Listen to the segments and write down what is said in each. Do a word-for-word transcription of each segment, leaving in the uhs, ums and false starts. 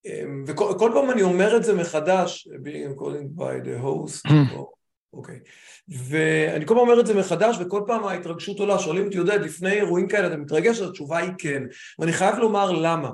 וכל פעם אני אומר את זה מחדש, being called by the host, אוקיי, ואני כל פעם אומר את זה מחדש, וכל פעם ההתרגשות עולה, שואלים אותי, יודעת, לפני אירועים כאלה, אתה מתרגש? התשובה היא כן, ואני חייב לומר למה.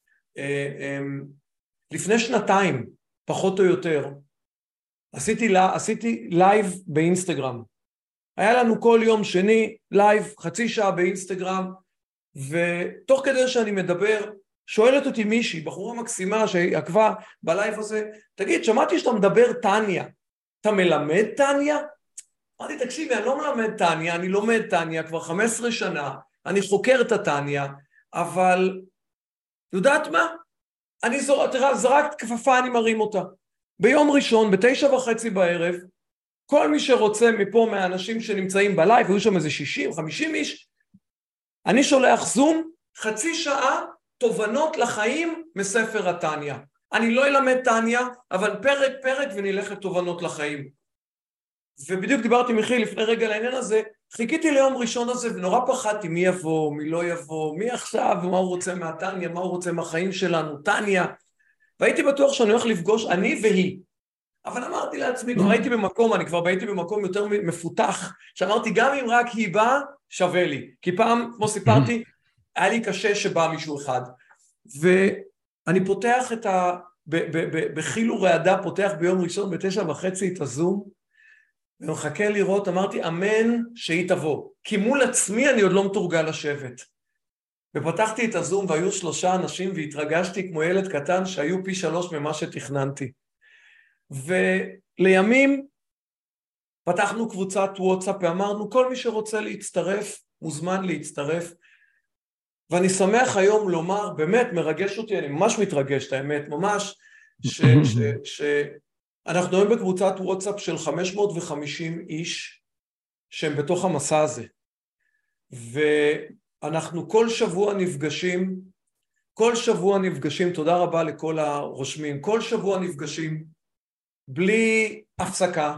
לפני שנתיים, פחות או יותר, עשיתי, עשיתי לייב באינסטגרם, היה לנו כל יום שני לייב, חצי שעה באינסטגרם, ותוך כדי שאני מדבר, שואלת אותי מישהי, בחורה מקסימה שעקבה בלייב הזה, תגיד, שמעתי שאתה מדבר טניה, אתה מלמד טניה? אמרתי, תקשיבי, אני לא מלמד טניה, אני לומד טניה כבר חמש עשרה שנה, אני חוקר את הטניה, אבל יודעת מה? אני זור, תראה, זרקת כפפה, אני מרים אותה. ביום ראשון, בתשע וחצי בערב, כל מי שרוצה מפה מהאנשים שנמצאים בלייב, היו שם איזה שישים, חמישים איש, אני שולח זום, חצי שעה, תובנות לחיים מספר הטניה. אני לא אלמד טניה, אבל פרק פרק ונלך לתובנות לחיים. ובדיוק דיברתי עם מיכאל לפני רגע לעניין הזה, חיכיתי ליום ראשון הזה ונורא פחדתי מי יבוא, מי לא יבוא, מי עכשיו ומה הוא רוצה מהטניה, מה הוא רוצה מהחיים שלנו, טניה. והייתי בטוח שאני הולך לפגוש אני והיא. אבל אמרתי לעצמי, כבר הייתי במקום, אני כבר הייתי במקום יותר מפותח, שאמרתי גם אם רק היא באה, שווה לי. כי פעם, כמו סיפרתי, היה לי קשה שבא מישהו אחד. ואני פותח את ה... בחיל ורעדה, פותח ביום ראשון בתשע וחצי את הזום, ומחכה לראות, אמרתי, אמן שהיא תבוא. כי מול עצמי אני עוד לא מתורגל לשבת. ופתחתי את הזום והיו שלושה אנשים, והתרגשתי כמו ילד קטן שהיו פי שלוש ממה שתכננתי. ולימים פתחנו קבוצת וואטסאפ ואמרנו, כל מי שרוצה להצטרף, מוזמן להצטרף. ואני שמח היום לומר, באמת מרגש אותי, אני ממש מתרגש, האמת, ממש, שאנחנו היום בקבוצת וואטסאפ של חמש מאות וחמישים איש, שהם בתוך המסע הזה. ואנחנו כל שבוע נפגשים, כל שבוע נפגשים, תודה רבה לכל הרושמים, כל שבוע נפגשים, בלי הפסקה,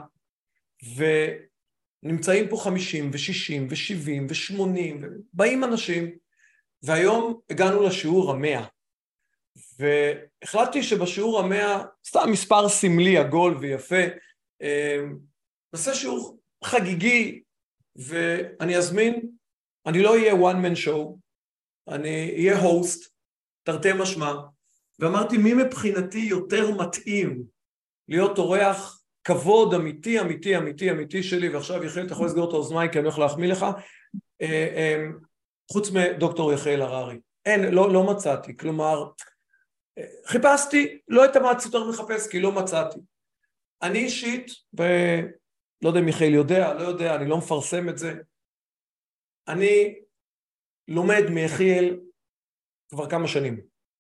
ונמצאים פה חמישים ושישים ושבעים ושמונים, ובאים אנשים, והיום הגענו לשיעור המאה, והחלטתי שבשיעור המאה, סתם מספר סמלי, עגול ויפה, נעשה שיעור חגיגי, ואני אזמין, אני לא אהיה one man show, אני אהיה host, תרתי משמע, ואמרתי מי מבחינתי יותר מתאים להיות אורח כבוד אמיתי, אמיתי, אמיתי, אמיתי שלי, ועכשיו יחיאל, אתה יכול לסגור את האוזניים כי אני הולך להחמיא לך, חוץ מדוקטור יחיאל הררי. אין, לא, לא מצאתי, כלומר, חיפשתי, לא את המעץ יותר מחפש, כי לא מצאתי. אני אישית, ב... לא יודע אם יחיאל יודע, לא יודע, אני לא מפרסם את זה, אני לומד מיחיאל כבר כמה שנים.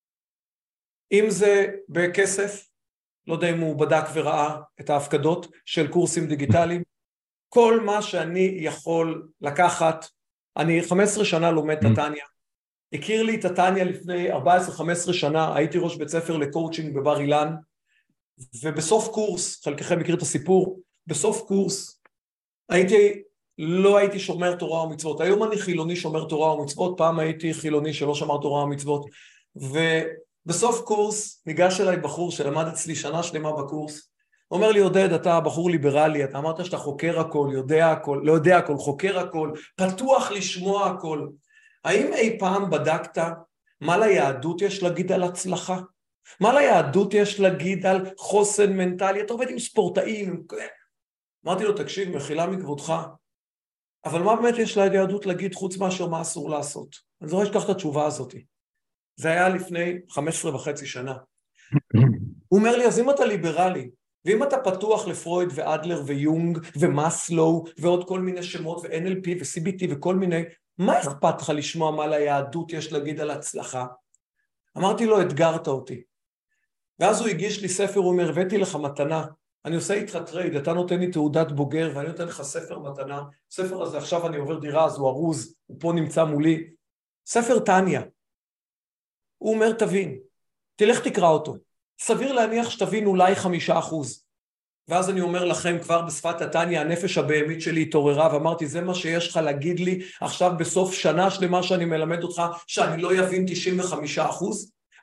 אם זה בכסף, לא יודע אם הוא בדק וראה את ההפקדות של קורסים דיגיטליים, כל מה שאני יכול לקחת, אני חמש עשרה שנה לומד את הטניה, הכיר לי את הטניה לפני ארבע עשרה חמש עשרה שנה, הייתי ראש בית ספר לקואוצ'ינג בבר אילן, ובסוף קורס, חלקכם מכיר את הסיפור, בסוף קורס, הייתי, לא הייתי שומר תורה ומצוות, היום אני חילוני שומר תורה ומצוות, פעם הייתי חילוני שלא שמר תורה ומצוות, ובסוף קורס ניגש אליי בחור שלמד אצלי שנה שלמה בקורס, הוא אומר לי, עודד, אתה בחור ליברלי, אתה אמרת שאתה חוקר הכל, יודע הכל, לא יודע הכל, חוקר הכל, פתוח לשמוע הכל. האם אי פעם בדקת מה ליהדות יש להגיד על הצלחה? מה ליהדות יש להגיד על חוסן מנטלי? אתה עובד עם ספורטאים. אמרתי לו, תקשיב, מחילה מכבודך, אבל מה באמת יש ליהדות להגיד חוץ מאשר מה אסור לעשות? אני זוכר שכח את התשובה הזאת. זה היה לפני חמש עשרה וחצי שנה. הוא אומר לי, אז אם אתה ליברלי, ואם אתה פתוח לפרויד ואדלר ויונג ומאסלו ועוד כל מיני שמות ו-אן אל פי ו-סי בי טי וכל מיני, מה אכפת לך לשמוע מה ליהדות יש להגיד על הצלחה? אמרתי לו, אתגרת אותי. ואז הוא הגיש לי ספר, הוא אומר, הבאתי לך מתנה, אני עושה איתך טרייד, אתה נותן לי תעודת בוגר ואני נותן לך ספר מתנה, ספר הזה עכשיו אני עובר דירה, אז הוא ארוז, הוא פה נמצא מולי, ספר טניה. הוא אומר, תבין, תלך תקרא אותו. סביר להניח שתבין אולי חמישה אחוז. ואז אני אומר לכם, כבר בשפת הטניה, הנפש הבהמית שלי התעוררה, ואמרתי, זה מה שיש לך להגיד לי עכשיו בסוף שנה שלמה שאני מלמד אותך, שאני לא יבין תשעים וחמישה אחוז?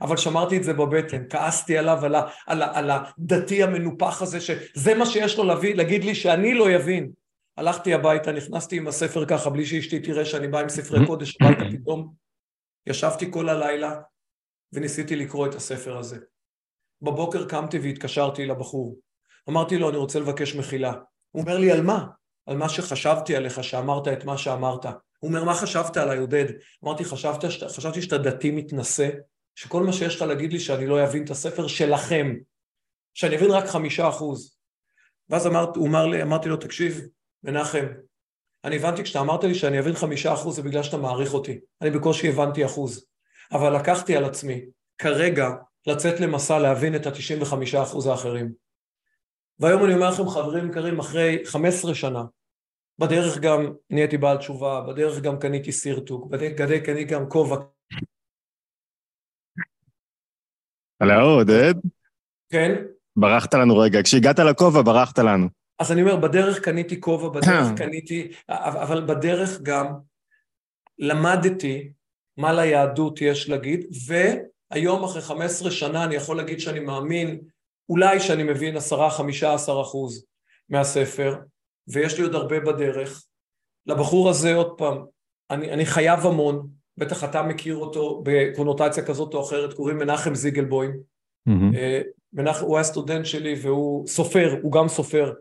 אבל שמרתי את זה בבטן, כעסתי עליו, על, ה, על, ה, על הדתי המנופח הזה, שזה מה שיש לו להביא, להגיד לי שאני לא יבין. הלכתי הביתה, נכנסתי עם הספר ככה, בלי שאשתי תראה שאני בא עם ספרי קודש הביתה פתאום, ישבתי כל הלילה, וניסיתי לקרוא את הספר הזה. בבוקר קמתי והתקשרתי לבחור. אמרתי לו, אני רוצה לבקש מחילה. הוא אומר לי, על מה? על מה שחשבתי עליך, שאמרת את מה שאמרת. הוא אומר, מה חשבת עליי, עודד? אמרתי, חשבת, חשבתי שאתה דתי מתנשא, שכל מה שיש לך להגיד לי שאני לא אבין את הספר שלכם, שאני אבין רק חמישה אחוז. ואז אמרת, הוא אמר לי, אמרתי לו, תקשיב, מנחם, אני הבנתי כשאתה אמרת לי שאני אבין חמישה אחוז, זה בגלל שאתה מעריך אותי. אני בקושי הבנתי אחוז. אבל לקחתי על עצמי, כרגע, לצאת למסע להבין את ה-תשעים וחמישה אחוז האחרים. והיום אני אומר לכם, חברים יקרים, אחרי חמש עשרה שנה, בדרך גם נהייתי בעל תשובה, בדרך גם קניתי סירטוק, בדרך קניתי גם כובע. הלו, עודד? כן? ברחת לנו רגע, כשהגעת לכובע ברחת לנו. אז אני אומר, בדרך קניתי כובע, בדרך קניתי, אבל בדרך גם למדתי מה ליהדות יש להגיד, והיום אחרי חמש עשרה שנה אני יכול להגיד שאני מאמין, אולי שאני מבין עשרה, חמישה עשר אחוז מהספר, ויש לי עוד הרבה בדרך. לבחור הזה עוד פעם, אני, אני חייב המון, בטח אתה מכיר אותו בקונוטציה כזאת או אחרת, קוראים מנחם זיגלבוים. Mm-hmm. מנחם, הוא היה סטודנט שלי והוא סופר, הוא גם סופר.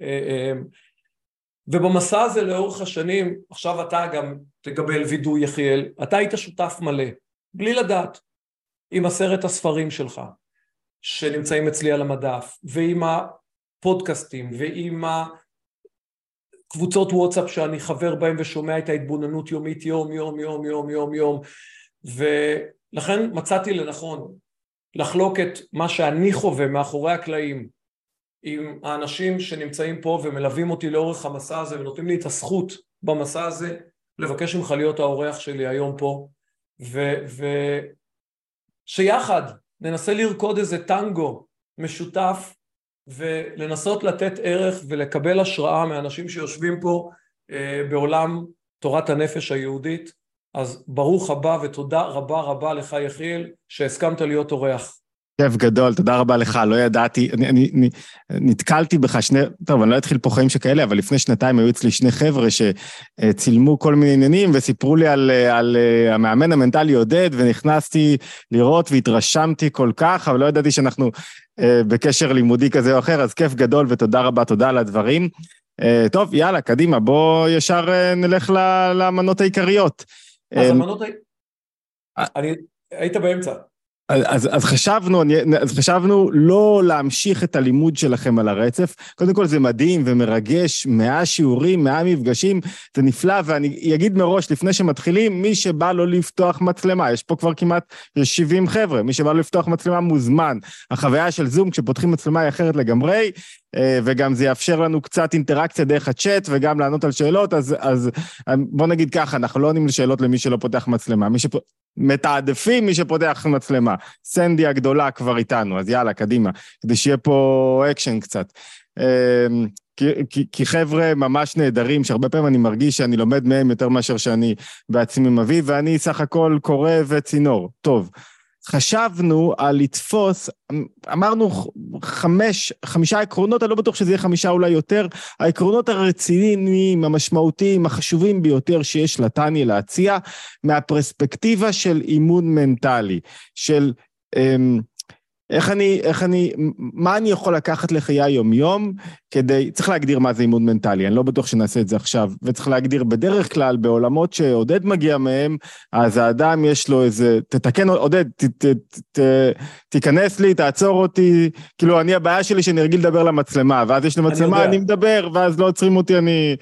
ובמסע הזה לאורך השנים, עכשיו אתה גם תקבל וידוי יחיאל, אתה היית שותף מלא, בלי לדעת, עם עשרת הספרים שלך, שנמצאים אצלי על המדף, ועם הפודקאסטים, ועם הקבוצות וואטסאפ שאני חבר בהם ושומע את ההתבוננות יומית יום, יום, יום, יום, יום, יום, ולכן מצאתי לנכון לחלוק את מה שאני חווה מאחורי הקלעים, עם האנשים שנמצאים פה ומלווים אותי לאורך המסע הזה, ונותנים לי את הזכות במסע הזה, לבקש ממך להיות האורח שלי היום פה, ושיחד ננסה לרקוד איזה טנגו משותף, ולנסות לתת ערך ולקבל השראה מאנשים שיושבים פה אה, בעולם תורת הנפש היהודית. אז ברוך הבא ותודה רבה רבה לך יחיאל שהסכמת להיות אורח. כיף גדול, תודה רבה לך, לא ידעתי, אני, אני, אני נתקלתי בך שני, טוב, אני לא אתחיל פה חיים שכאלה, אבל לפני שנתיים היו אצלי שני חבר'ה שצילמו כל מיני עניינים, וסיפרו לי על, על המאמן המנטלי עודד, ונכנסתי לראות והתרשמתי כל כך, אבל לא ידעתי שאנחנו בקשר לימודי כזה או אחר, אז כיף גדול ותודה רבה, תודה על הדברים. טוב, יאללה, קדימה, בוא ישר נלך למנות העיקריות. אז המנות, אני, היית באמצע. אז, אז חשבנו, אז חשבנו לא להמשיך את הלימוד שלכם על הרצף. קודם כל זה מדהים ומרגש, מאה שיעורים, מאה מפגשים, זה נפלא, ואני אגיד מראש, לפני שמתחילים, מי שבא לא לפתוח מצלמה, יש פה כבר כמעט שבעים חבר'ה, מי שבא לא לפתוח מצלמה מוזמן. החוויה של זום, כשפותחים מצלמה היא אחרת לגמרי, וגם זה יאפשר לנו קצת אינטראקציה דרך הצ'אט, וגם לענות על שאלות, אז, אז בוא נגיד ככה, אנחנו לא עונים לשאלות למי שלא פותח מצלמה, מי שמתעדפים מי שפותח מצלמה, סנדי הגדולה כבר איתנו, אז יאללה, קדימה, כדי שיהיה פה אקשן קצת. כי, כי, כי חבר'ה ממש נהדרים, שהרבה פעמים אני מרגיש שאני לומד מהם יותר מאשר שאני בעצמי מביא, ואני סך הכל קורא וצינור. טוב. חשבנו על לתפוס, אמרנו חמש, חמישה עקרונות, אני לא בטוח שזה יהיה חמישה אולי יותר, העקרונות הרציניים, המשמעותיים, החשובים ביותר שיש לטניה להציע, מהפרספקטיבה של אימון מנטלי, של איך אני, איך אני, מה אני יכול לקחת לחיי יום-יום, כדי, צריך להגדיר מה זה אימון מנטלי, אני לא בטוח שנעשה את זה עכשיו, וצריך להגדיר בדרך כלל, בעולמות שעודד מגיע מהם, אז האדם יש לו איזה, תתקן, עודד, ת, ת, ת, ת, תיכנס לי, תעצור אותי, כאילו, אני הבעיה שלי שאני רגיל לדבר למצלמה, ואז יש לי מצלמה, אני, אני מדבר, ואז לא עוצרים אותי, אני...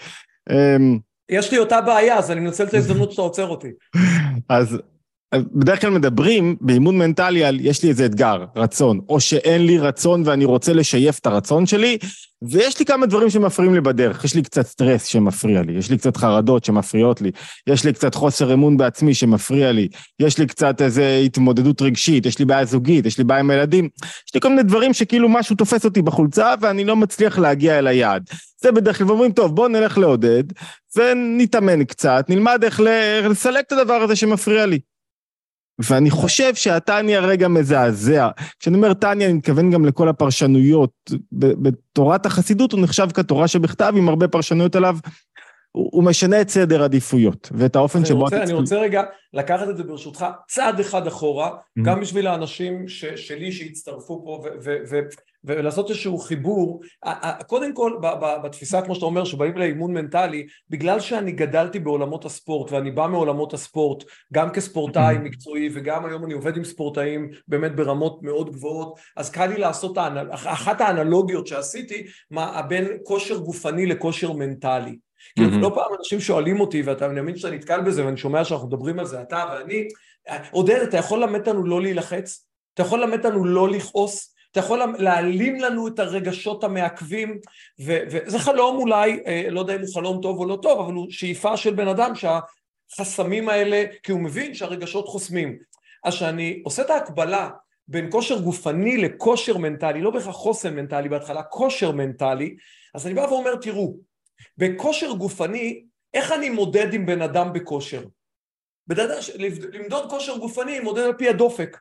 יש לי אותה בעיה, אז אני מנצל את ההזדמנות שאתה עוצר אותי. אז... בדרך כלל מדברים באימון מנטלי על יש לי איזה אתגר, רצון, או שאין לי רצון ואני רוצה לשייף את הרצון שלי, ויש לי כמה דברים שמפריעים לי בדרך, יש לי קצת סטרס שמפריע לי, יש לי קצת חרדות שמפריעות לי, יש לי קצת חוסר אמון בעצמי שמפריע לי, יש לי קצת איזה התמודדות רגשית, יש לי בעיה זוגית, יש לי בעיה עם הילדים, יש לי כל מיני דברים שכאילו משהו תופס אותי בחולצה ואני לא מצליח להגיע אל היעד. זה בדרך כלל, ואומרים, טוב, בוא נלך לעודד ונתאמן קצת, נלמד איך לסלק את הדבר הזה שמפריע לי. ואני חושב שהטניה רגע מזעזע. כשאני אומר טניה, אני מתכוון גם לכל הפרשנויות. בתורת החסידות הוא נחשב כתורה שבכתב, עם הרבה פרשנויות עליו, הוא משנה את סדר עדיפויות, ואת האופן שבו... רוצה, אני רוצה רגע לקחת את זה ברשותך צעד אחד אחורה, mm-hmm. גם בשביל האנשים ש, שלי שהצטרפו פה, ו, ו, ו, ולעשות איזשהו חיבור. קודם כל, ב, ב, בתפיסה, כמו שאתה אומר, שבאים לאימון מנטלי, בגלל שאני גדלתי בעולמות הספורט, ואני בא מעולמות הספורט, גם כספורטאי mm-hmm. מקצועי, וגם היום אני עובד עם ספורטאים באמת ברמות מאוד גבוהות, אז קל לי לעשות, אחת האנלוגיות שעשיתי, מה, בין כושר גופני לכושר מנטלי. כי לא פעם אנשים שואלים אותי, ואתה מאמין שאתה נתקל בזה, ואני שומע שאנחנו מדברים על זה, אתה ואני, עודד, אתה יכול למד לנו לא להילחץ? אתה יכול למד לנו לא לכעוס? אתה יכול להעלים לנו את הרגשות המעכבים? וזה חלום אולי, לא יודע אם הוא חלום טוב או לא טוב, אבל הוא שאיפה של בן אדם שהחסמים האלה, כי הוא מבין שהרגשות חוסמים. אז שאני עושה את ההקבלה בין כושר גופני לכושר מנטלי, לא בכך חוסן מנטלי בהתחלה, כושר מנטלי, אז אני בא ואומר, תראו, בכושר גופני, איך אני מודד עם בן אדם בכושר? בדרך, למדוד כושר גופני, מודד על פי הדופק.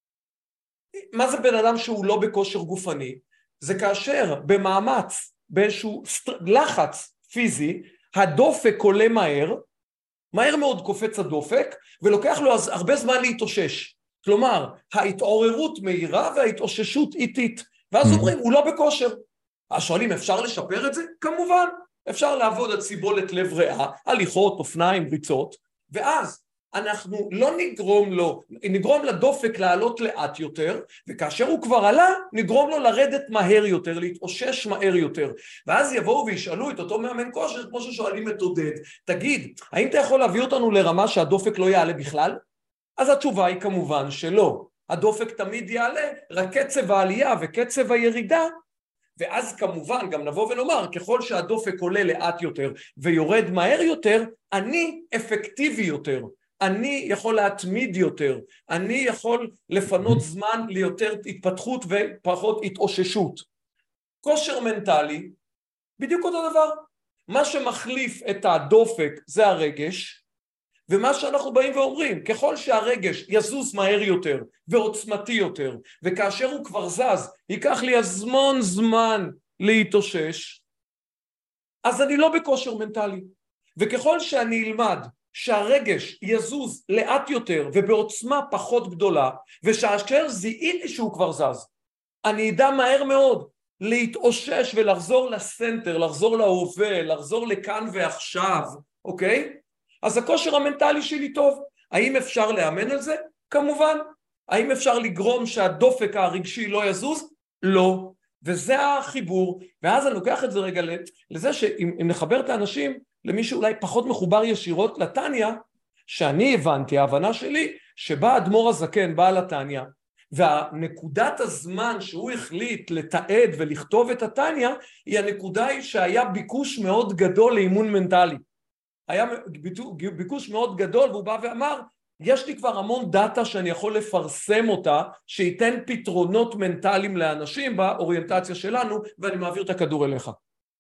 מה זה בן אדם שהוא לא בכושר גופני? זה כאשר במאמץ, באיזשהו לחץ פיזי, הדופק עולה מהר, מהר מאוד קופץ הדופק, ולוקח לו הרבה זמן להתאושש. כלומר, ההתעוררות מהירה וההתאוששות איטית. ואז אומרים, הוא לא בכושר. השואלים, אפשר לשפר את זה? כמובן. אפשר לעבוד על סיבולת לב ריאה, הליכות, אופניים, ריצות, ואז אנחנו לא נגרום לו, נגרום לדופק לעלות לאט יותר, וכאשר הוא כבר עלה, נגרום לו לרדת מהר יותר, להתאושש מהר יותר. ואז יבואו וישאלו את אותו מאמן כושר, כמו ששואלים את עודד, תגיד, האם אתה יכול להביא אותנו לרמה שהדופק לא יעלה בכלל? אז התשובה היא כמובן שלא. הדופק תמיד יעלה, רק קצב העלייה וקצב הירידה, ואז כמובן גם נבוא ונאמר, ככל שהדופק עולה לאט יותר ויורד מהר יותר, אני אפקטיבי יותר, אני יכול להתמיד יותר, אני יכול לפנות זמן ליותר התפתחות ופחות התאוששות. כושר מנטלי, בדיוק אותו דבר. מה שמחליף את הדופק זה הרגש, ומה שאנחנו באים ואומרים, ככל שהרגש יזוז מהר יותר ועוצמתי יותר, וכאשר הוא כבר זז, ייקח לי הזמון זמן להתאושש, אז אני לא בכושר מנטלי. וככל שאני אלמד שהרגש יזוז לאט יותר ובעוצמה פחות גדולה, ושאשר זיהיתי שהוא כבר זז, אני אדע מהר מאוד להתאושש ולחזור לסנטר, לחזור להווה, לחזור לכאן ועכשיו, אוקיי? אז הכושר המנטלי שלי טוב. האם אפשר לאמן על זה? כמובן. האם אפשר לגרום שהדופק הרגשי לא יזוז? לא. וזה החיבור. ואז אני לוקח את זה רגע לזה שאם נחבר את האנשים למי שאולי פחות מחובר ישירות לטניה, שאני הבנתי, ההבנה שלי, שבא אדמו"ר הזקן, בא לטניה, והנקודת הזמן שהוא החליט לתעד ולכתוב את הטניה, היא הנקודה היא שהיה ביקוש מאוד גדול לאימון מנטלי. היה ביקוש מאוד גדול, והוא בא ואמר, יש לי כבר המון דאטה שאני יכול לפרסם אותה, שייתן פתרונות מנטליים לאנשים באוריינטציה שלנו, ואני מעביר את הכדור אליך.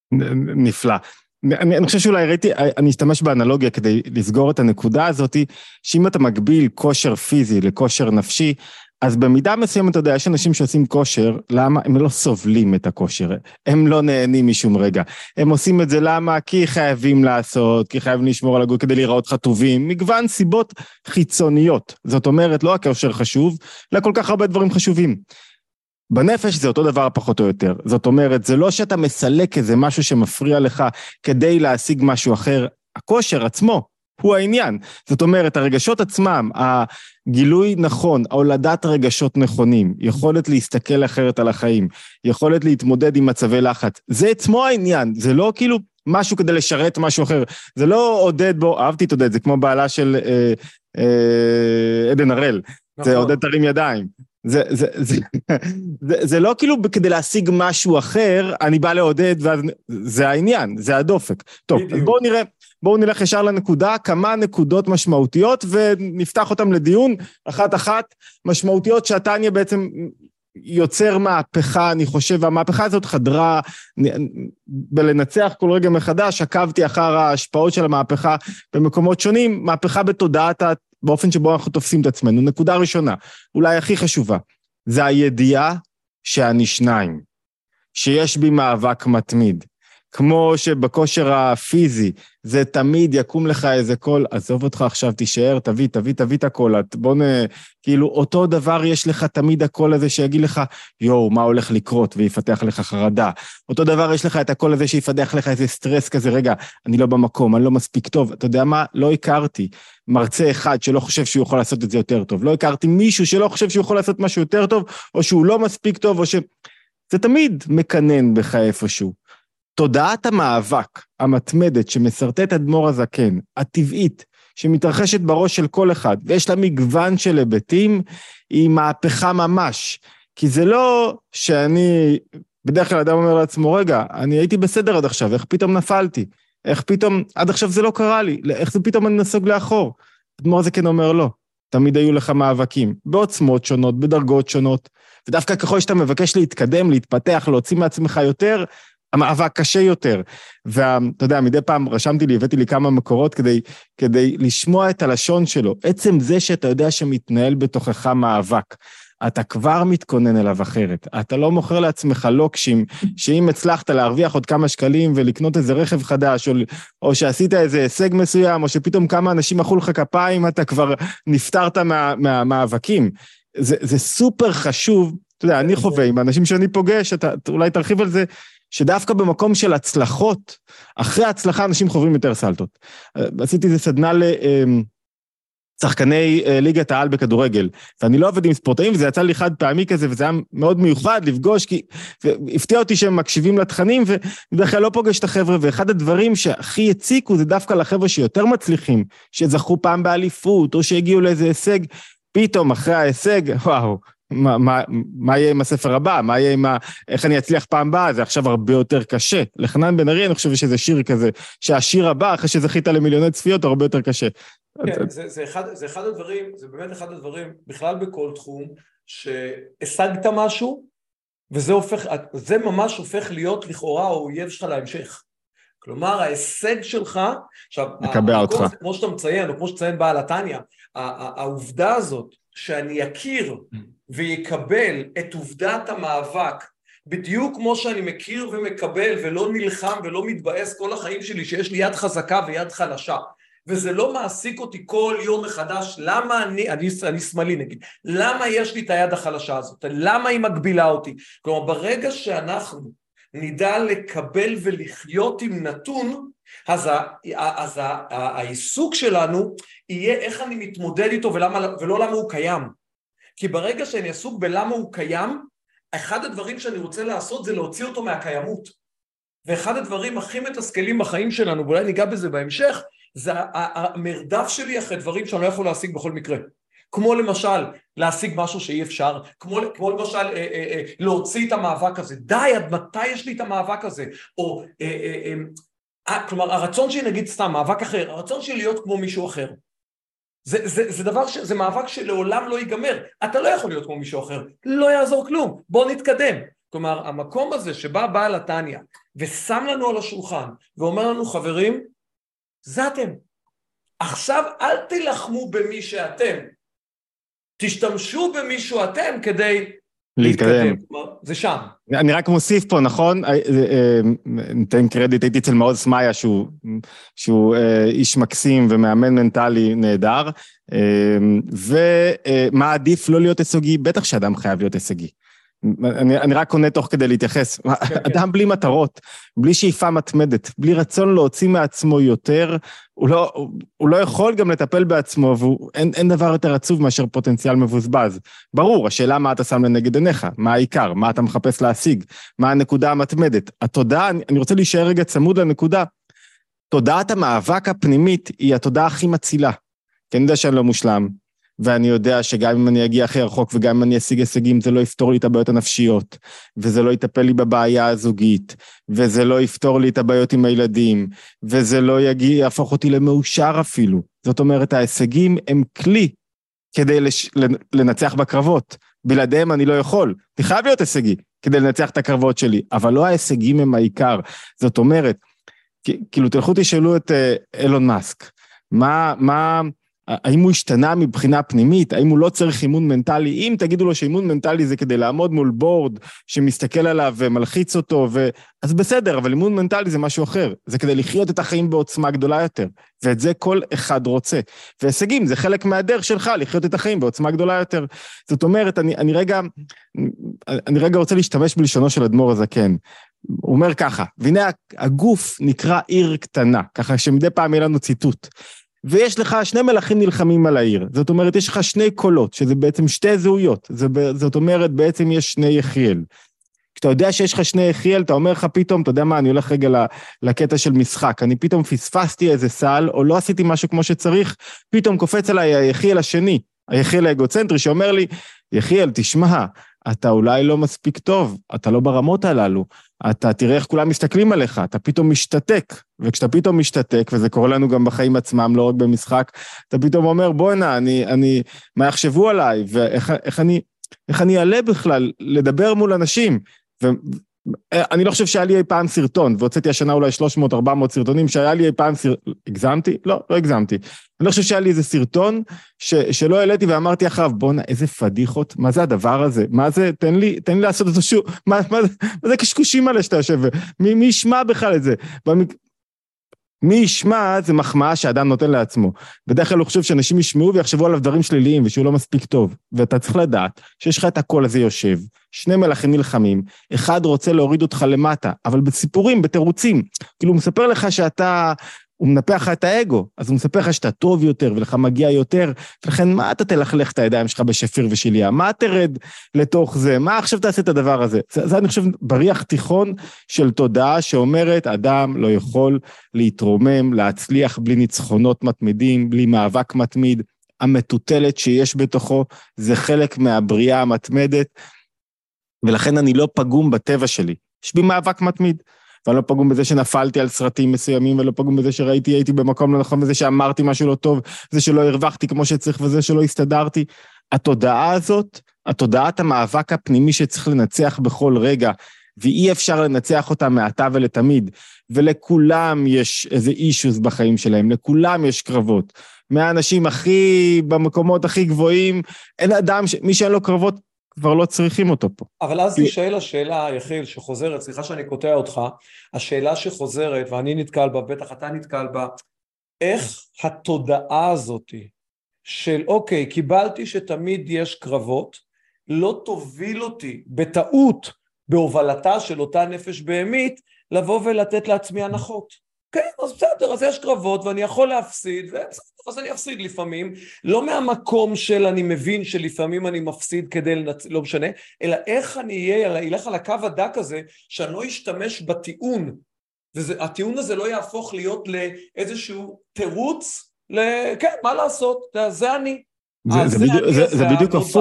נפלא. אני, אני חושב שאולי ראיתי, אני אשתמש באנלוגיה כדי לסגור את הנקודה הזאת, שאם אתה מגביל כושר פיזי לכושר נפשי, אז במידה מסוימת, אתה יודע, יש אנשים שעושים כושר, למה? הם לא סובלים את הכושר, הם לא נהנים משום רגע, הם עושים את זה למה? כי חייבים לעשות, כי חייבים לשמור על הגוף כדי להיראות חטובים, מגוון סיבות חיצוניות, זאת אומרת, לא הכושר חשוב, אלא כל כך הרבה דברים חשובים. בנפש זה אותו דבר פחות או יותר, זאת אומרת, זה לא שאתה מסלק איזה משהו שמפריע לך כדי להשיג משהו אחר, הכושר עצמו, הוא העניין. זאת אומרת, הרגשות עצמם, הגילוי נכון, ההולדת רגשות נכונים, יכולת להסתכל אחרת על החיים, יכולת להתמודד עם מצבי לחץ, זה עצמו העניין, זה לא כאילו משהו כדי לשרת משהו אחר, זה לא עודד בו, אהבתי את עודד, זה כמו בעלה של אה, אה, עדן הראל, נכון. זה עודד תרים ידיים, זה, זה, זה, זה, זה לא כאילו כדי להשיג משהו אחר, אני בא לעודד, זה העניין, זה הדופק. טוב, אז בואו נראה, בואו נלך ישר לנקודה, כמה נקודות משמעותיות, ונפתח אותם לדיון, אחת אחת, משמעותיות שהטניה בעצם יוצר מהפכה, אני חושב, והמהפכה הזאת חדרה, בלנצח כל רגע מחדש, עקבתי אחר ההשפעות של המהפכה במקומות שונים, מהפכה בתודעת באופן שבו אנחנו תופסים את עצמנו. נקודה ראשונה, אולי הכי חשובה, זה הידיעה שאני שניים, שיש בי מאבק מתמיד. כמו שבכושר הפיזי, זה תמיד יקום לך איזה קול, עזוב אותך עכשיו, תישאר, תביא, תביא, תביא את הקול, בוא נ... כאילו, אותו דבר יש לך תמיד הקול הזה שיגיד לך, יואו, מה הולך לקרות, ויפתח לך חרדה. אותו דבר יש לך את הקול הזה שיפתח לך איזה סטרס כזה, רגע, אני לא במקום, אני לא מספיק טוב, אתה יודע מה? לא הכרתי מרצה אחד שלא חושב שהוא יכול לעשות את זה יותר טוב, לא הכרתי מישהו שלא חושב שהוא יכול לעשות משהו יותר טוב, או שהוא לא מספיק טוב, או ש... זה תמיד מקנן בך איפשהו. תודעת המאבק המתמדת שמסרטט אדמו"ר הזקן, הטבעית, שמתרחשת בראש של כל אחד, ויש לה מגוון של היבטים, היא מהפכה ממש. כי זה לא שאני, בדרך כלל אדם אומר לעצמו, רגע, אני הייתי בסדר עד עכשיו, איך פתאום נפלתי? איך פתאום, עד עכשיו זה לא קרה לי, איך זה פתאום אני נסוג לאחור? אדמו"ר הזקן אומר לא, תמיד היו לך מאבקים, בעוצמות שונות, בדרגות שונות, ודווקא ככל שאתה מבקש להתקדם, להתפתח, להוציא מעצמך יותר, המאבק קשה יותר, ואתה יודע, מדי פעם רשמתי לי, הבאתי לי כמה מקורות כדי, כדי לשמוע את הלשון שלו, עצם זה שאתה יודע שמתנהל בתוכך מאבק, אתה כבר מתכונן אליו אחרת, אתה לא מוכר לעצמך לוקשים, שאם הצלחת להרוויח עוד כמה שקלים ולקנות איזה רכב חדש, או, או שעשית איזה הישג מסוים, או שפתאום כמה אנשים מחאו לך כפיים, אתה כבר נפטרת מה, מהמאבקים, זה, זה סופר חשוב, אתה יודע, אני חווה עם האנשים שאני פוגש, אתה אולי תרחיב על זה, שדווקא במקום של הצלחות, אחרי ההצלחה אנשים חוברים יותר סלטות. עשיתי איזה סדנה לשחקני ליגת העל בכדורגל, ואני לא עובד עם ספורטאים, וזה יצא לי חד פעמי כזה, וזה היה מאוד מיוחד לפגוש, כי הפתיע אותי שהם מקשיבים לתכנים, ובדרך כלל לא פוגש את החבר'ה, ואחד הדברים שהכי הציקו, זה דווקא לחבר'ה שיותר מצליחים, שזכו פעם באליפות, או שהגיעו לאיזה הישג, פתאום אחרי ההישג, וואו, מה, מה, מה יהיה עם הספר הבא? מה יהיה עם ה... איך אני אצליח פעם באה? זה עכשיו הרבה יותר קשה. לחנן בן ארי, אני חושב שזה שיר כזה, שהשיר הבא, אחרי שזכית למיליוני צפיות, הרבה יותר קשה. כן, זה, זה, אחד, זה אחד הדברים, זה באמת אחד הדברים, בכלל בכל תחום, שהשגת משהו, וזה הופך, זה ממש הופך להיות לכאורה האויב שלך להמשך. כלומר, ההישג שלך, עכשיו, מקבע אותך. זה, כמו שאתה מציין, או כמו שציין בעל התניא, העובדה הזאת, שאני אכיר ויקבל את עובדת המאבק, בדיוק כמו שאני מכיר ומקבל ולא נלחם ולא מתבאס כל החיים שלי שיש לי יד חזקה ויד חלשה, וזה לא מעסיק אותי כל יום מחדש, למה אני, אני, אני שמאלי נגיד, למה יש לי את היד החלשה הזאת, למה היא מגבילה אותי, כלומר ברגע שאנחנו נדע לקבל ולחיות עם נתון, אז, ה, אז ה, ה, העיסוק שלנו יהיה איך אני מתמודד איתו ולמה, ולא למה הוא קיים. כי ברגע שאני עסוק בלמה הוא קיים, אחד הדברים שאני רוצה לעשות זה להוציא אותו מהקיימות. ואחד הדברים הכי מתסכלים בחיים שלנו, ואולי ניגע בזה בהמשך, זה המרדף שלי אחרי דברים שאני לא יכול להשיג בכל מקרה. כמו למשל, להשיג משהו שאי אפשר, כמו, כמו למשל, אה, אה, אה, להוציא את המאבק הזה. די, עד מתי יש לי את המאבק הזה? או, אה, אה, אה, כלומר, הרצון שלי, נגיד סתם, מאבק אחר, הרצון שלי להיות כמו מישהו אחר. זה, זה, זה דבר ש, זה מאבק שלעולם לא ייגמר. אתה לא יכול להיות כמו מישהו אחר. לא יעזור כלום. בוא נתקדם. כלומר, המקום הזה שבא בעל התניא, ושם לנו על השולחן, ואומר לנו, חברים, זה אתם. עכשיו אל תלחמו במי שאתם. תשתמשו במישהו אתם כדי להתקדם. זה שם. אני רק מוסיף פה, נכון? ניתן קרדיט, הייתי אצל מעוז סמאיה, שהוא, שהוא איש מקסים ומאמן מנטלי נהדר, ומה עדיף לא להיות הישגי? בטח שאדם חייב להיות הישגי. אני, אני רק עונה תוך כדי להתייחס. כן, אדם כן. בלי מטרות, בלי שאיפה מתמדת, בלי רצון להוציא מעצמו יותר, הוא לא, הוא, הוא לא יכול גם לטפל בעצמו, ואין אין דבר יותר עצוב מאשר פוטנציאל מבוזבז. ברור, השאלה מה אתה שם לנגד עיניך, מה העיקר, מה אתה מחפש להשיג, מה הנקודה המתמדת. התודעה, אני, אני רוצה להישאר רגע צמוד לנקודה, תודעת המאבק הפנימית היא התודעה הכי מצילה, כי אני יודע שאני לא מושלם, ואני יודע שגם אם אני אגיע הכי רחוק, וגם אם אני אשיג הישגים, זה לא יפתור לי את הבעיות הנפשיות, וזה לא יטפל לי בבעיה הזוגית, וזה לא יפתור לי את הבעיות עם הילדים, וזה לא יגיע, יהפוך אותי למאושר אפילו. זאת אומרת, ההישגים הם כלי כדי לש... לנצח בקרבות. בלעדיהם אני לא יכול. אני חייב להיות הישגי כדי לנצח את הקרבות שלי, אבל לא ההישגים הם העיקר. זאת אומרת, כאילו תלכו תשאלו את אילון מאסק, מה, מה, האם הוא השתנה מבחינה פנימית? האם הוא לא צריך אימון מנטלי? אם תגידו לו שאימון מנטלי זה כדי לעמוד מול בורד שמסתכל עליו ומלחיץ אותו, ו... אז בסדר, אבל אימון מנטלי זה משהו אחר. זה כדי לחיות את החיים בעוצמה גדולה יותר. ואת זה כל אחד רוצה. והישגים זה חלק מהדרך שלך לחיות את החיים בעוצמה גדולה יותר. זאת אומרת, אני, אני רגע, אני רגע רוצה להשתמש בלשונו של אדמו"ר הזקן. הוא אומר ככה, והנה הגוף נקרא עיר קטנה, ככה שמדי פעם יהיה לנו ציטוט. ויש לך שני מלאכים נלחמים על העיר, זאת אומרת, יש לך שני קולות, שזה בעצם שתי זהויות, זאת אומרת, בעצם יש שני יחיאל. כשאתה יודע שיש לך שני יחיאל, אתה אומר לך פתאום, אתה יודע מה, אני הולך רגע לקטע של משחק, אני פתאום פספסתי איזה סל, או לא עשיתי משהו כמו שצריך, פתאום קופץ עליי היחיאל השני, היחיאל האגוצנטרי, שאומר לי, יחיאל, תשמע, אתה אולי לא מספיק טוב, אתה לא ברמות הללו, אתה תראה איך כולם מסתכלים עליך, אתה פתאום משתתק, וכשאתה פתאום משתתק, וזה קורה לנו גם בחיים עצמם, לא רק במשחק, אתה פתאום אומר, בוא הנה, אני, אני, מה יחשבו עליי, ואיך איך אני, איך אני אעלה בכלל לדבר מול אנשים, ואני לא חושב שהיה לי אי פעם סרטון, והוצאתי השנה אולי שלוש מאות ארבע מאות סרטונים, שהיה לי אי פעם סרטון, הגזמתי? לא, לא הגזמתי. אני לא חושב שהיה לי איזה סרטון, ש, שלא העליתי ואמרתי אחריו, בוא'נה, איזה פדיחות, מה זה הדבר הזה? מה זה, תן לי, תן לי לעשות את זה שוב, מה, מה, מה זה קשקושים האלה שאתה יושב, מי, מי ישמע בכלל את זה? במק... מי ישמע זה מחמאה שאדם נותן לעצמו. בדרך כלל הוא חושב שאנשים ישמעו ויחשבו עליו דברים שליליים ושהוא לא מספיק טוב. ואתה צריך לדעת שיש לך את הקול הזה יושב, שני מלאכים נלחמים, אחד רוצה להוריד אותך למטה, אבל בסיפורים, בתירוצים, כאילו הוא מספר לך שאתה, הוא מנפח לך את האגו, אז הוא מספר לך שאתה טוב יותר ולך מגיע יותר, ולכן מה אתה תלכלך את הידיים שלך בשפיר ושיליה? מה תרד לתוך זה? מה עכשיו תעשה את הדבר הזה? זה, זה אני חושב בריח תיכון של תודעה שאומרת, אדם לא יכול להתרומם, להצליח בלי ניצחונות מתמידים, בלי מאבק מתמיד, המטוטלת שיש בתוכו, זה חלק מהבריאה המתמדת, ולכן אני לא פגום בטבע שלי, יש בי מאבק מתמיד. ואני לא פגום בזה שנפלתי על סרטים מסוימים, ולא פגום בזה שראיתי, הייתי במקום לא נכון, וזה שאמרתי משהו לא טוב, זה שלא הרווחתי כמו שצריך, וזה שלא הסתדרתי. התודעה הזאת, התודעת המאבק הפנימי שצריך לנצח בכל רגע, ואי אפשר לנצח אותה מעתה ולתמיד, ולכולם יש איזה אישוס בחיים שלהם, לכולם יש קרבות. מהאנשים הכי, במקומות הכי גבוהים, אין אדם, ש... מי שאין לו קרבות, כבר לא צריכים אותו פה. אבל אז תשאל השאלה, יחיל, שחוזרת, סליחה שאני קוטע אותך, השאלה שחוזרת, ואני נתקל בה, בטח אתה נתקל בה, איך התודעה הזאת של, אוקיי, קיבלתי שתמיד יש קרבות, לא תוביל אותי בטעות, בהובלתה של אותה נפש בהמית, לבוא ולתת לעצמי הנחות. כן, אז בסדר, אז יש קרבות ואני יכול להפסיד, ובסדר, אז אני אפסיד לפעמים, לא מהמקום של אני מבין שלפעמים אני מפסיד כדי לנצ... לא משנה, אלא איך אני אהיה, אלך על הקו הדק הזה, שאני לא אשתמש בטיעון, והטיעון הזה לא יהפוך להיות לאיזשהו תירוץ, כן, מה לעשות, זה אני. זה, זה, בדיוק, זה, זה בדיוק הפוך,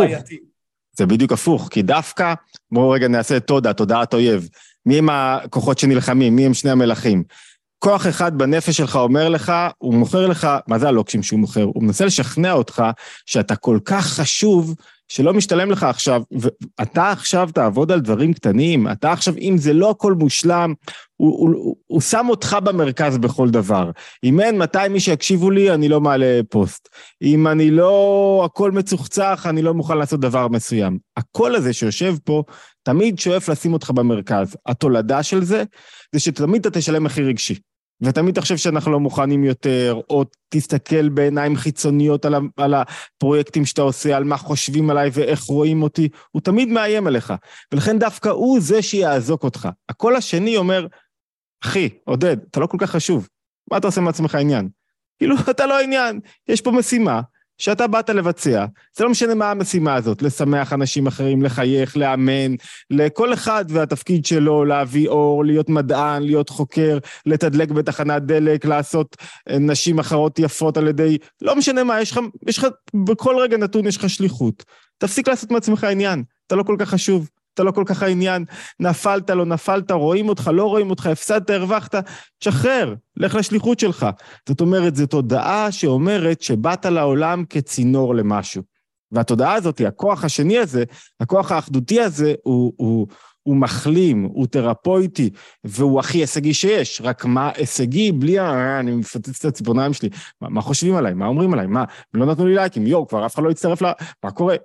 זה בדיוק הפוך, כי דווקא, בואו רגע נעשה תודה, תודעת אויב, מי הם הכוחות שנלחמים, מי הם שני המלאכים, כוח אחד בנפש שלך אומר לך, הוא מוכר לך, מה זה הלוקשים שהוא מוכר? הוא מנסה לשכנע אותך שאתה כל כך חשוב, שלא משתלם לך עכשיו, ואתה עכשיו תעבוד על דברים קטנים, אתה עכשיו, אם זה לא הכל מושלם, הוא, הוא, הוא, הוא שם אותך במרכז בכל דבר. אם אין, מתי מי שיקשיבו לי, אני לא מעלה פוסט. אם אני לא, הכל מצוחצח, אני לא מוכן לעשות דבר מסוים. הקול הזה שיושב פה, תמיד שואף לשים אותך במרכז. התולדה של זה, זה שתמיד אתה תשלם מחיר רגשי. ותמיד תחשב שאנחנו לא מוכנים יותר, או תסתכל בעיניים חיצוניות על, על הפרויקטים שאתה עושה, על מה חושבים עליי ואיך רואים אותי, הוא תמיד מאיים עליך, ולכן דווקא הוא זה שיעזוק אותך. הקול השני אומר, אחי, עודד, אתה לא כל כך חשוב, מה אתה עושה מעצמך עניין? כאילו, אתה לא עניין, יש פה משימה, שאתה באת לבצע, זה לא משנה מה המשימה הזאת, לשמח אנשים אחרים, לחייך, לאמן, לכל אחד והתפקיד שלו, להביא אור, להיות מדען, להיות חוקר, לתדלק בתחנת דלק, לעשות נשים אחרות יפות על ידי, לא משנה מה, יש לך, יש לך, בכל רגע נתון יש לך שליחות, תפסיק לעשות מעצמך עניין, אתה לא כל כך חשוב, אתה לא כל כך העניין, נפלת, לא נפלת, רואים אותך, לא רואים אותך, הפסדת, הרווחת, תשחרר, לך לשליחות שלך. זאת אומרת, זו תודעה שאומרת שבאת לעולם כצינור למשהו. והתודעה הזאת, הכוח השני הזה, הכוח האחדותי הזה, הוא, הוא, הוא מחלים, הוא תרפויטי, והוא הכי הישגי שיש. רק מה הישגי, בלי, אה, אני מפתץ את הציפורניים שלי, מה, מה חושבים עליי, מה אומרים עליי, מה, לא נתנו לי לייקים, יו, כבר אף אחד לא יצטרף לה, מה קורה?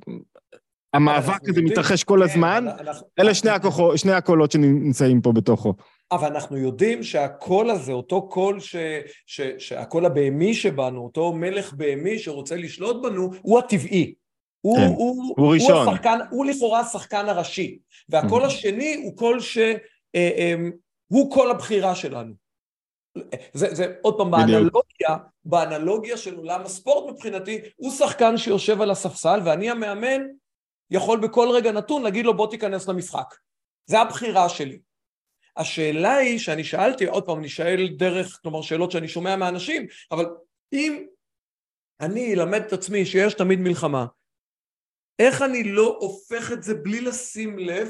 המאבק הזה מתרחש כל הזמן, אלה שני הקולות שנמצאים פה בתוכו. אבל אנחנו יודעים שהקול הזה, אותו קול, ש, ש, שהקול הבהמי שבנו, אותו מלך בהמי שרוצה לשלוט בנו, הוא הטבעי. הוא, כן, הוא, הוא ראשון. הוא, השחקן, הוא לכאורה השחקן הראשי. והקול השני הוא קול ש... אה, אה, הוא קול הבחירה שלנו. זה, זה עוד פעם, באנלוגיה, באנלוגיה של עולם הספורט מבחינתי, הוא שחקן שיושב על הספסל, ואני המאמן יכול בכל רגע נתון להגיד לו בוא תיכנס למשחק. זה הבחירה שלי. השאלה היא שאני שאלתי, עוד פעם, אני שאל דרך, כלומר, שאלות שאני שומע מאנשים, אבל אם אני אלמד את עצמי שיש תמיד מלחמה, איך אני לא הופך את זה בלי לשים לב,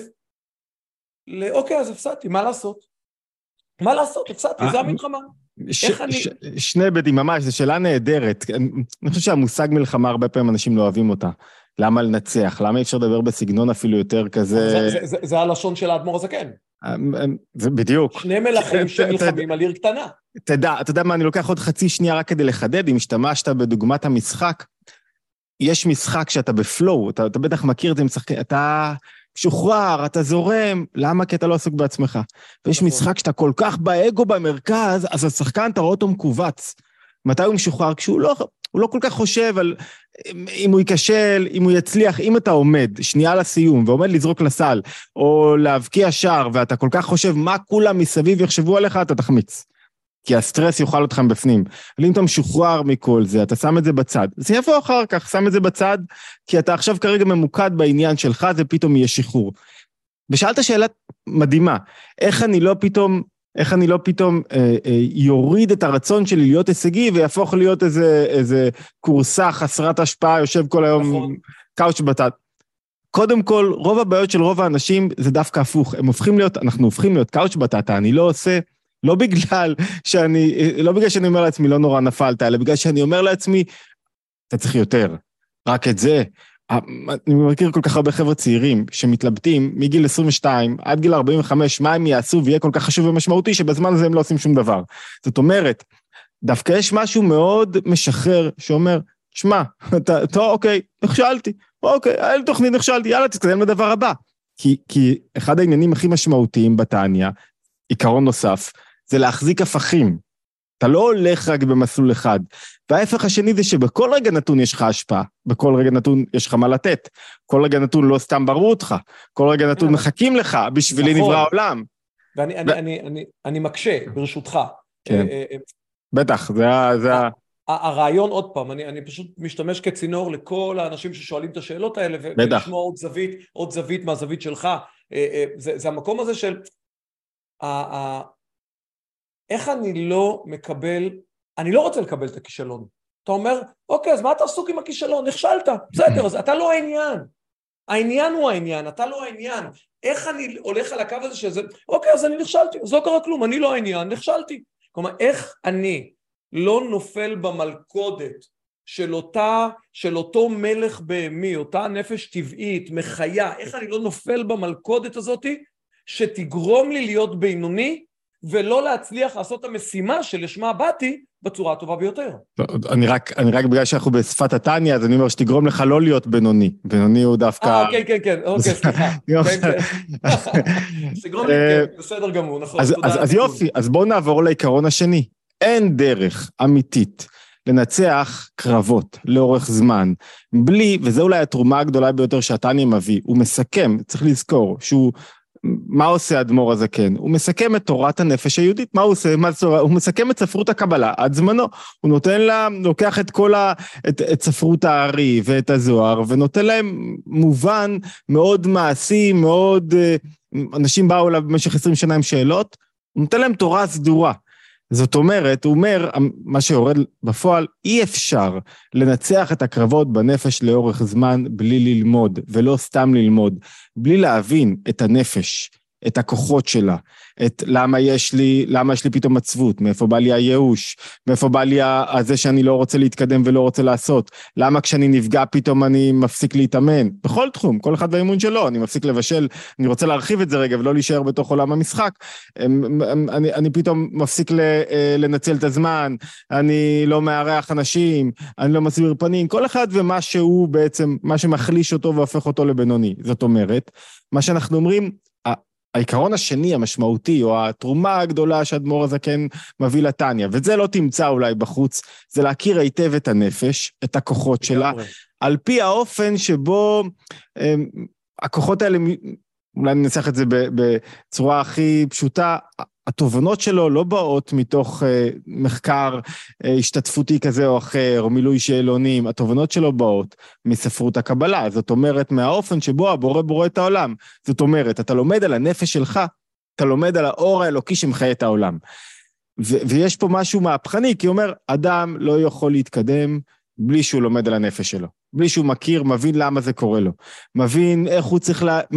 לאוקיי, אז הפסדתי, מה לעשות? מה לעשות? הפסדתי, זה המלחמה. ש, ש, שני בדים, ממש, זו שאלה נהדרת. אני חושב שהמושג מלחמה, הרבה פעמים אנשים לא אוהבים אותה. למה לנצח? למה אי אפשר לדבר בסגנון אפילו יותר כזה? זה, זה, זה, זה הלשון של האדמו"ר הזקן. זה בדיוק. שני מלכים שנלחמים על עיר קטנה. תדע, אתה יודע מה, אני לוקח עוד חצי שנייה רק כדי לחדד, אם השתמשת בדוגמת המשחק, יש משחק שאתה בפלואו, אתה, אתה בטח מכיר את זה, משחק, אתה שוחרר, אתה זורם, למה? כי אתה לא עסוק בעצמך. ויש משחק שאתה כל כך באגו במרכז, אז השחקן אתה רואה אותו מקובץ. מתי הוא משוחרר? כשהוא לא, הוא לא כל כך חושב על אם הוא ייכשל, אם הוא יצליח, אם אתה עומד שנייה לסיום ועומד לזרוק לסל, או להבקיע שער, ואתה כל כך חושב מה כולם מסביב יחשבו עליך, אתה תחמיץ. כי הסטרס יוכל אתכם בפנים. אבל אם אתה משוחרר מכל זה, אתה שם את זה בצד. זה יבוא אחר כך, שם את זה בצד, כי אתה עכשיו כרגע ממוקד בעניין שלך, זה פתאום יהיה שחרור. ושאלת שאלה מדהימה, איך אני לא פתאום, איך אני לא פתאום אה, אה, יוריד את הרצון שלי להיות הישגי, ויהפוך להיות איזה, איזה קורסה חסרת השפעה, יושב כל היום נכון. קאוץ' בצד. קודם כל, רוב הבעיות של רוב האנשים, זה דווקא הפוך. הם הופכים להיות, אנחנו הופכים להיות קאוץ' בטטה, אני לא עושה, לא בגלל שאני, לא בגלל שאני אומר לעצמי, לא נורא נפלת, אלא בגלל שאני אומר לעצמי, אתה צריך יותר. רק את זה. אני מכיר כל כך הרבה חבר'ה צעירים שמתלבטים מגיל עשרים ושתיים עד גיל ארבעים וחמש, מה הם יעשו ויהיה כל כך חשוב ומשמעותי, שבזמן הזה הם לא עושים שום דבר. זאת אומרת, דווקא יש משהו מאוד משחרר שאומר, שמע, אתה, אתה, אוקיי, נכשלתי, אוקיי, היה לי תוכנית, נכשלתי, יאללה, תתקדם לדבר הבא. כי, כי אחד העניינים הכי משמעותיים בתניא, עיקרון נוסף, זה להחזיק הפכים. אתה לא הולך רק במסלול אחד. וההפך השני זה שבכל רגע נתון יש לך השפעה, בכל רגע נתון יש לך מה לתת, כל רגע נתון לא סתם בראו אותך, כל רגע נתון מחכים לך, בשבילי נברא העולם. ואני אני, אני, אני, אני מקשה, ברשותך. כן, בטח, זה ה... הרעיון עוד פעם, אני, אני פשוט משתמש כצינור לכל האנשים ששואלים את השאלות האלה, ולשמוע עוד זווית, עוד זווית מהזווית שלך. זה, זה המקום הזה של... איך אני לא מקבל, אני לא רוצה לקבל את הכישלון. אתה אומר, אוקיי, אז מה אתה עסוק עם הכישלון? נכשלת, בסדר, אז אתה לא העניין. העניין הוא העניין, אתה לא העניין. איך אני הולך על הקו הזה שזה, אוקיי, אז אני נכשלתי, אז לא קרה כלום, אני לא העניין, נכשלתי. כלומר, איך אני לא נופל במלכודת של אותה, של אותו מלך בהמי, אותה נפש טבעית, מחיה, איך אני לא נופל במלכודת הזאת, שתגרום לי להיות בינוני, ולא להצליח לעשות את המשימה שלשמה באתי בצורה הטובה ביותר. אני רק, אני רק בגלל שאנחנו בשפת התניא, אז אני אומר שתגרום לך לא להיות בינוני. בינוני הוא דווקא... אה, כן, כן, כן, אוקיי, סליחה. תגרום לי, כן, בסדר גמור, נכון. אז יופי, אז בואו נעבור לעיקרון השני. אין דרך אמיתית לנצח קרבות לאורך זמן, בלי, וזה אולי התרומה הגדולה ביותר שהתניא מביא, הוא מסכם, צריך לזכור, שהוא... מה עושה האדמו"ר הזקן? הוא מסכם את תורת הנפש היהודית. מה הוא עושה? מה צורה? הוא מסכם את ספרות הקבלה עד זמנו. הוא נותן לה, לוקח את כל ה... את, את ספרות הארי ואת הזוהר, ונותן להם מובן מאוד מעשי, מאוד... אנשים באו לה במשך עשרים שנה עם שאלות, הוא נותן להם תורה סדורה. זאת אומרת, הוא אומר, מה שיורד בפועל, אי אפשר לנצח את הקרבות בנפש לאורך זמן בלי ללמוד, ולא סתם ללמוד, בלי להבין את הנפש, את הכוחות שלה, את למה יש לי, למה יש לי פתאום עצבות, מאיפה בא לי הייאוש, מאיפה בא לי הזה שאני לא רוצה להתקדם ולא רוצה לעשות, למה כשאני נפגע פתאום אני מפסיק להתאמן, בכל תחום, כל אחד והאימון שלו, אני מפסיק לבשל, אני רוצה להרחיב את זה רגע ולא להישאר בתוך עולם המשחק, אני, אני פתאום מפסיק לנצל את הזמן, אני לא מארח אנשים, אני לא מסביר פנים, כל אחד ומה שהוא בעצם, מה שמחליש אותו והופך אותו לבינוני, זאת אומרת, מה שאנחנו אומרים, העיקרון השני המשמעותי, או התרומה הגדולה שהאדמו"ר הזקן מביא לתניא, וזה לא תמצא אולי בחוץ, זה להכיר היטב את הנפש, את הכוחות שלה, על פי האופן שבו הם, הכוחות האלה, אולי ננסח את זה בצורה הכי פשוטה, התובנות שלו לא באות מתוך uh, מחקר uh, השתתפותי כזה או אחר, או מילוי שאלונים, התובנות שלו באות מספרות הקבלה, זאת אומרת מהאופן שבו הבורא בורא את העולם, זאת אומרת, אתה לומד על הנפש שלך, אתה לומד על האור האלוקי שמחיה את העולם, ו- ויש פה משהו מהפכני, כי הוא אומר, אדם לא יכול להתקדם בלי שהוא לומד על הנפש שלו, בלי שהוא מכיר, מבין למה זה קורה לו, מבין איך הוא צריך לה...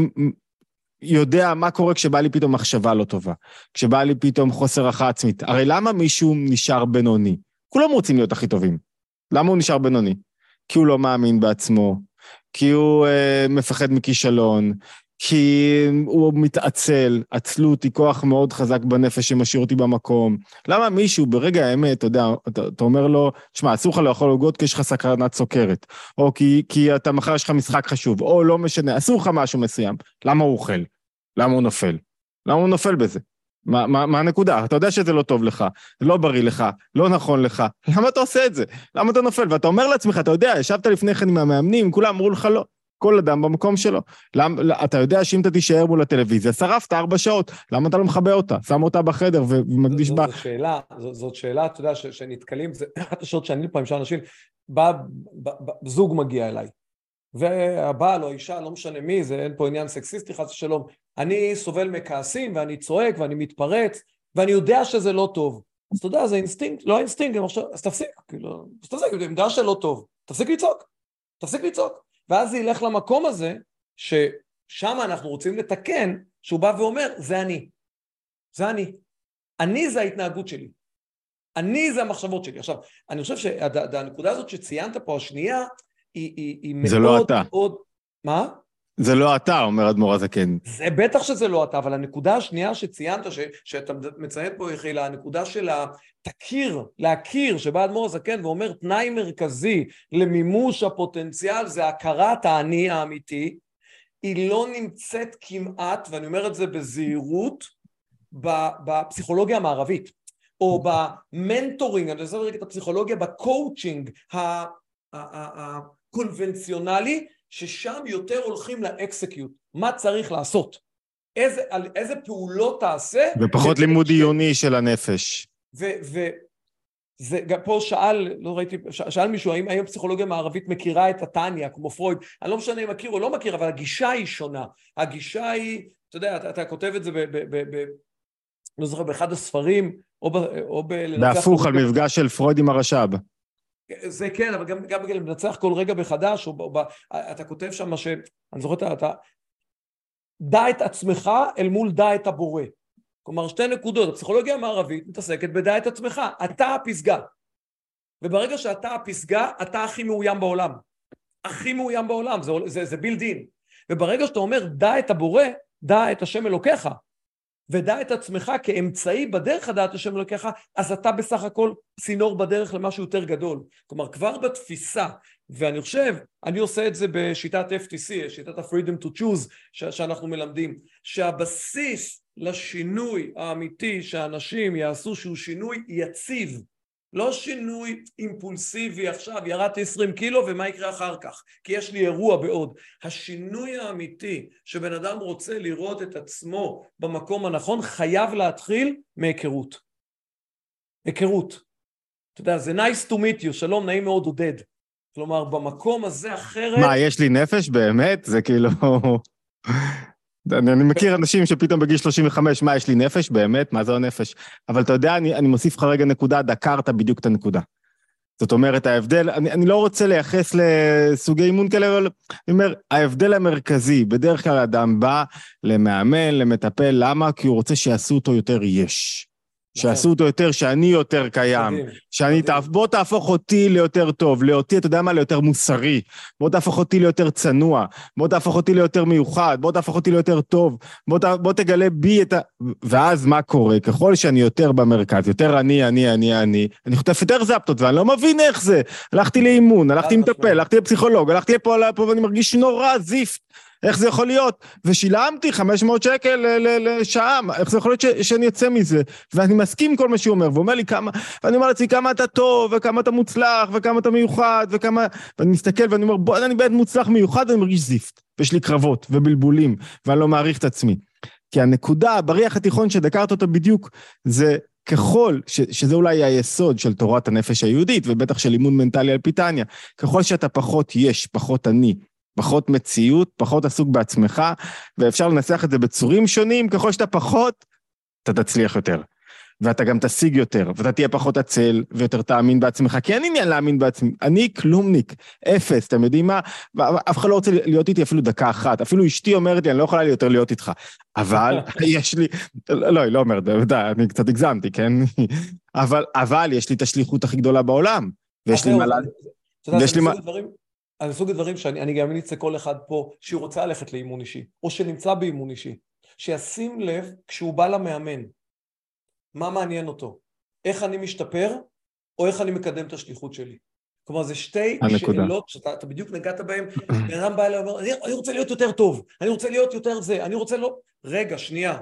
יודע מה קורה כשבא לי פתאום מחשבה לא טובה, כשבא לי פתאום חוסר הכרה עצמית. הרי למה מישהו נשאר בינוני? כולם רוצים להיות הכי טובים. למה הוא נשאר בינוני? כי הוא לא מאמין בעצמו, כי הוא אה, מפחד מכישלון, כי הוא מתעצל, עצלות היא כוח מאוד חזק בנפש שמשאיר אותי במקום. למה מישהו ברגע האמת, אתה יודע, אתה, אתה אומר לו, תשמע, אסור לך לאכול עוגות כי יש לך סכנת סוכרת, או כי, כי אתה מחר יש לך משחק חשוב, או לא משנה, אסור לך משהו מסוים. למה הוא אוכל? למה הוא נופל? למה הוא נופל בזה? מה, מה, מה הנקודה? אתה יודע שזה לא טוב לך, לא בריא לך, לא נכון לך. למה אתה עושה את זה? למה אתה נופל? ואתה אומר לעצמך, אתה יודע, ישבת לפני כן עם המאמנים, כולם אמרו לך לא. כל אדם במקום שלו. למה, אתה יודע שאם אתה תישאר מול הטלוויזיה, שרפת ארבע שעות, למה אתה לא מחבא אותה? שם אותה בחדר ומקדיש בה. זאת שאלה, זאת שאלה, אתה יודע, שנתקלים, זה אחת השעות שאני פעם שאנשים, בא, זוג מגיע אליי, והבעל או האישה, לא משנה מי, זה אין פה עניין סקסיסטי, חס ושלום, אני סובל מכעסים, ואני צועק, ואני מתפרץ, ואני יודע שזה לא טוב. אז אתה יודע, זה אינסטינקט, לא אינסטינקט, אז תפסיק, כאילו, אז תפסיק, אני יודע שלא טוב, תפסיק לצעוק, תפסיק לצעוק. ואז זה ילך למקום הזה, ששם אנחנו רוצים לתקן, שהוא בא ואומר, זה אני. זה אני. אני זה ההתנהגות שלי. אני זה המחשבות שלי. עכשיו, אני חושב שהנקודה הזאת שציינת פה, השנייה, היא, היא, היא מאוד... זה לא אתה. מאוד... מה? זה לא אתה, אומר האדמו"ר הזקן. זה בטח שזה לא אתה, אבל הנקודה השנייה שציינת, ש, שאתה מציין פה, יחילה, הנקודה של התכיר, להכיר, שבא האדמו"ר הזקן ואומר, תנאי מרכזי למימוש הפוטנציאל, זה הכרת האני האמיתי, היא לא נמצאת כמעט, ואני אומר את זה בזהירות, בפסיכולוגיה המערבית, או במנטורינג, אני רוצה להגיד את הפסיכולוגיה, בקואוצ'ינג הקונבנציונלי, ששם יותר הולכים לאקסקיוט, מה צריך לעשות, איזה, על איזה פעולות תעשה. ופחות לימוד עיוני של הנפש. וזה, פה שאל, לא ראיתי, שאל מישהו, האם היום פסיכולוגיה מערבית מכירה את התניא, כמו פרויד, אני לא משנה אם מכיר או לא מכיר, אבל הגישה היא שונה. הגישה היא, אתה יודע, אתה, אתה כותב את זה ב, ב, ב, ב, לא זוכר, באחד הספרים, או ב... או ב בהפוך על מפגש של פרויד עם הרש"ב. זה כן, אבל גם, גם בגלל מנצח כל רגע בחדש, או, או, אתה כותב שם מה ש... אני זוכר, אתה... דע את עצמך אל מול דע את הבורא. כלומר, שתי נקודות. הפסיכולוגיה המערבית מתעסקת בדע את עצמך. אתה הפסגה. וברגע שאתה הפסגה, אתה הכי מאוים בעולם. הכי מאוים בעולם. זה, זה, זה בילדין. וברגע שאתה אומר, דע את הבורא, דע את השם אלוקיך, ודע את עצמך כאמצעי בדרך הדעת השם אלוקיך, אז אתה בסך הכל צינור בדרך למשהו יותר גדול. כלומר, כבר בתפיסה, ואני חושב, אני עושה את זה בשיטת אף טי סי, שיטת ה-Freedom to Choose, ש- שאנחנו מלמדים, שהבסיס לשינוי האמיתי שאנשים יעשו שהוא שינוי יציב, לא שינוי אימפולסיבי עכשיו, ירדתי עשרים קילו ומה יקרה אחר כך, כי יש לי אירוע בעוד. השינוי האמיתי שבן אדם רוצה לראות את עצמו במקום הנכון, חייב להתחיל מהיכרות. היכרות. אתה יודע, זה nice to meet you, שלום, נעים מאוד עודד. כלומר, במקום הזה אחרת... מה, יש לי נפש באמת? זה כאילו... אני, אני מכיר אנשים שפתאום בגיל שלושים וחמש, מה, יש לי נפש? באמת? מה זה הנפש? אבל אתה יודע, אני, אני מוסיף לך רגע נקודה, דקרת בדיוק את הנקודה. זאת אומרת, ההבדל, אני, אני לא רוצה לייחס לסוגי אימון כאלה, אבל אני אומר, ההבדל המרכזי, בדרך כלל האדם בא למאמן, למטפל, למה? כי הוא רוצה שיעשו אותו יותר יש. שעשו אותו יותר, שאני יותר קיים, מדהים, שאני מדהים. תהפ... בוא תהפוך אותי ליותר טוב, לאותי, אתה יודע מה, ליותר מוסרי, בוא תהפוך אותי ליותר צנוע, בוא תהפוך אותי ליותר מיוחד, בוא תהפוך אותי ליותר טוב, בוא, ת... בוא תגלה בי את ה... ואז מה קורה? ככל שאני יותר במרכז, יותר אני, אני, אני, אני, אני חוטף יותר זפטות, ואני לא מבין איך זה. הלכתי לאימון, הלכתי למטפל, הלכתי לפסיכולוג, הלכתי לפה, לפה, ואני מרגיש נורא זיפט. איך זה יכול להיות? ושילמתי חמש מאות שקל לשעה, איך זה יכול להיות ש, שאני יוצא מזה? ואני מסכים עם כל מה שהוא אומר, ואומר לי כמה, ואני אומר לעצמי כמה אתה טוב, וכמה אתה מוצלח, וכמה אתה מיוחד, וכמה, ואני מסתכל ואני אומר, בוא, אני באמת מוצלח מיוחד, ואני מרגיש זיפט, ויש לי קרבות ובלבולים, ואני לא מעריך את עצמי. כי הנקודה, בריח התיכון שדקרת אותו בדיוק, זה ככל, ש, שזה אולי היסוד של תורת הנפש היהודית, ובטח של אימון מנטלי על פיטניה, ככל שאתה פחות יש, פחות אני, פחות מציאות, פחות עסוק בעצמך, ואפשר לנסח את זה בצורים שונים, ככל שאתה פחות, אתה תצליח יותר. ואתה גם תשיג יותר, ואתה תהיה פחות עצל, ויותר תאמין בעצמך, כי אין עניין להאמין בעצמי, אני כלומניק, אפס, אתם יודעים מה? אף אחד לא רוצה להיות איתי אפילו דקה אחת, אפילו אשתי אומרת לי, אני לא יכולה יותר להיות איתך, אבל יש לי, לא, היא לא אומרת, אני קצת הגזמתי, כן? אבל, אבל יש לי את השליחות הכי גדולה בעולם, ויש לי מלא, ויש לי מלא, אני סוג הדברים שאני גם ממליץ לכל אחד פה, שהוא רוצה ללכת לאימון אישי, או שנמצא באימון אישי, שישים לב כשהוא בא למאמן, מה מעניין אותו? איך אני משתפר, או איך אני מקדם את השליחות שלי? כלומר, זה שתי הנקודה. שאלות שאתה אתה בדיוק נגעת בהן, בן אדם בא אליי ואומר, אני, אני רוצה להיות יותר טוב, אני רוצה להיות יותר זה, אני רוצה לא... רגע, שנייה.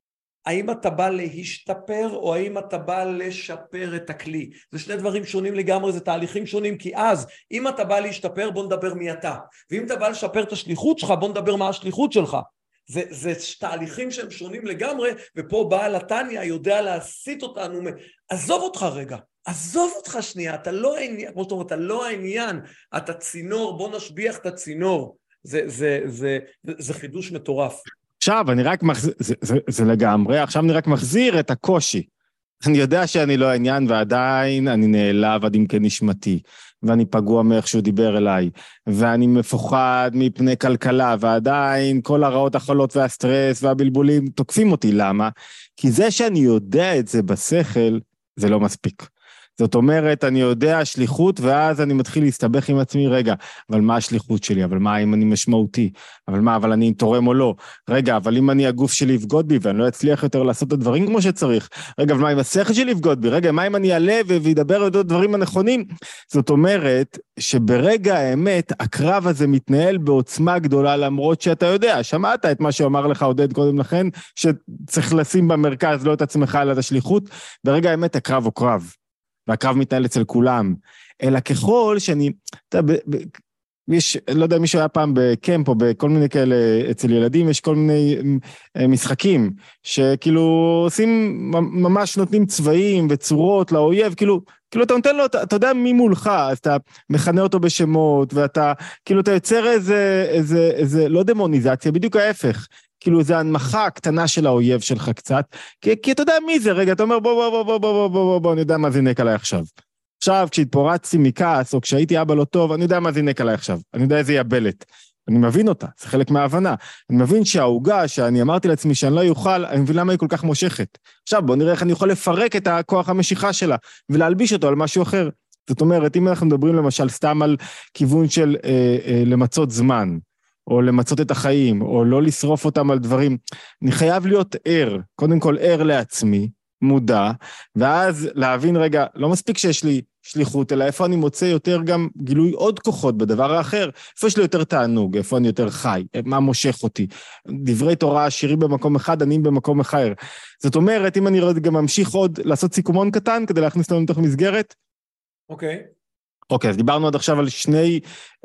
האם אתה בא להשתפר, או האם אתה בא לשפר את הכלי? זה שני דברים שונים לגמרי, זה תהליכים שונים, כי אז, אם אתה בא להשתפר, בוא נדבר מי אתה. ואם אתה בא לשפר את השליחות שלך, בוא נדבר מה השליחות שלך. זה, זה תהליכים שהם שונים לגמרי, ופה בעל התניא יודע להסיט אותנו, עזוב אותך רגע, עזוב אותך שנייה, אתה לא העניין, כמו שאתה אומר, אתה לא העניין, אתה צינור, בוא נשביח את הצינור. זה, זה, זה, זה, זה חידוש מטורף. עכשיו, אני רק מחזיר, זה, זה, זה לגמרי, עכשיו אני רק מחזיר את הקושי. אני יודע שאני לא העניין, ועדיין אני נעלב עד עמקי נשמתי, ואני פגוע מאיך שהוא דיבר אליי, ואני מפוחד מפני כלכלה, ועדיין כל הרעות החולות והסטרס והבלבולים תוקפים אותי. למה? כי זה שאני יודע את זה בשכל, זה לא מספיק. זאת אומרת, אני יודע שליחות, ואז אני מתחיל להסתבך עם עצמי, רגע, אבל מה השליחות שלי? אבל מה אם אני משמעותי? אבל מה, אבל אני תורם או לא? רגע, אבל אם אני הגוף שלי יבגוד בי, ואני לא אצליח יותר לעשות את הדברים כמו שצריך? רגע, אבל מה אם השכל שלי יבגוד בי? רגע, מה אם אני אעלה וידבר את הדברים הנכונים? זאת אומרת, שברגע האמת, הקרב הזה מתנהל בעוצמה גדולה, למרות שאתה יודע, שמעת את מה שאומר לך עודד קודם לכן, שצריך לשים במרכז לא את עצמך, אלא את השליחות. ברגע האמת, הקרב הוא קרב. והקרב מתנהל אצל כולם, אלא ככל שאני, אתה יודע, יש, לא יודע, מישהו היה פעם בקמפ או בכל מיני כאלה, אצל ילדים יש כל מיני משחקים, שכאילו עושים, ממש נותנים צבעים וצורות לאויב, כאילו, כאילו אתה נותן לו, אתה, אתה יודע מי מולך, אז אתה מכנה אותו בשמות, ואתה, כאילו אתה יוצר איזה, איזה, איזה, לא דמוניזציה, בדיוק ההפך, כאילו זה הנמכה הקטנה של האויב שלך קצת, כי, כי אתה יודע מי זה, רגע, אתה אומר בוא, בוא, בוא, בוא, בוא, בוא, בוא, בוא, אני יודע מה זינק עליי עכשיו. עכשיו, כשהתפורצתי מכעס, או כשהייתי אבא לא טוב, אני יודע מה זינק עליי עכשיו, אני יודע איזה יבלת, אני מבין אותה, זה חלק מההבנה, אני מבין שההוגה, שאני אמרתי לעצמי שאני לא יוכל, אני מבין למה היא כל כך מושכת. עכשיו, בוא נראה איך אני יכול לפרק את הכוח המשיכה שלה, ולהלביש אותו על משהו אחר. זאת אומרת, אם אנחנו מדברים למשל סתם על כיוון של אה, אה, למצות זמן, או למצות את החיים, או לא לשרוף אותם על דברים, אני חייב להיות ער, קודם כל ער לעצמי, מודע, ואז להבין רגע, לא מספיק שיש לי שליחות, אלא איפה אני מוצא יותר גם גילוי עוד כוחות בדבר האחר, איפה יש לי יותר תענוג, איפה אני יותר חי, מה מושך אותי, דברי תורה עשירים במקום אחד, עניים במקום אחר. זאת אומרת, אם אני גם ממשיך עוד לעשות סיכומון קטן, כדי להכניס לנו לתוך מסגרת, אוקיי. Okay. אוקיי, אז דיברנו עד עכשיו על שני,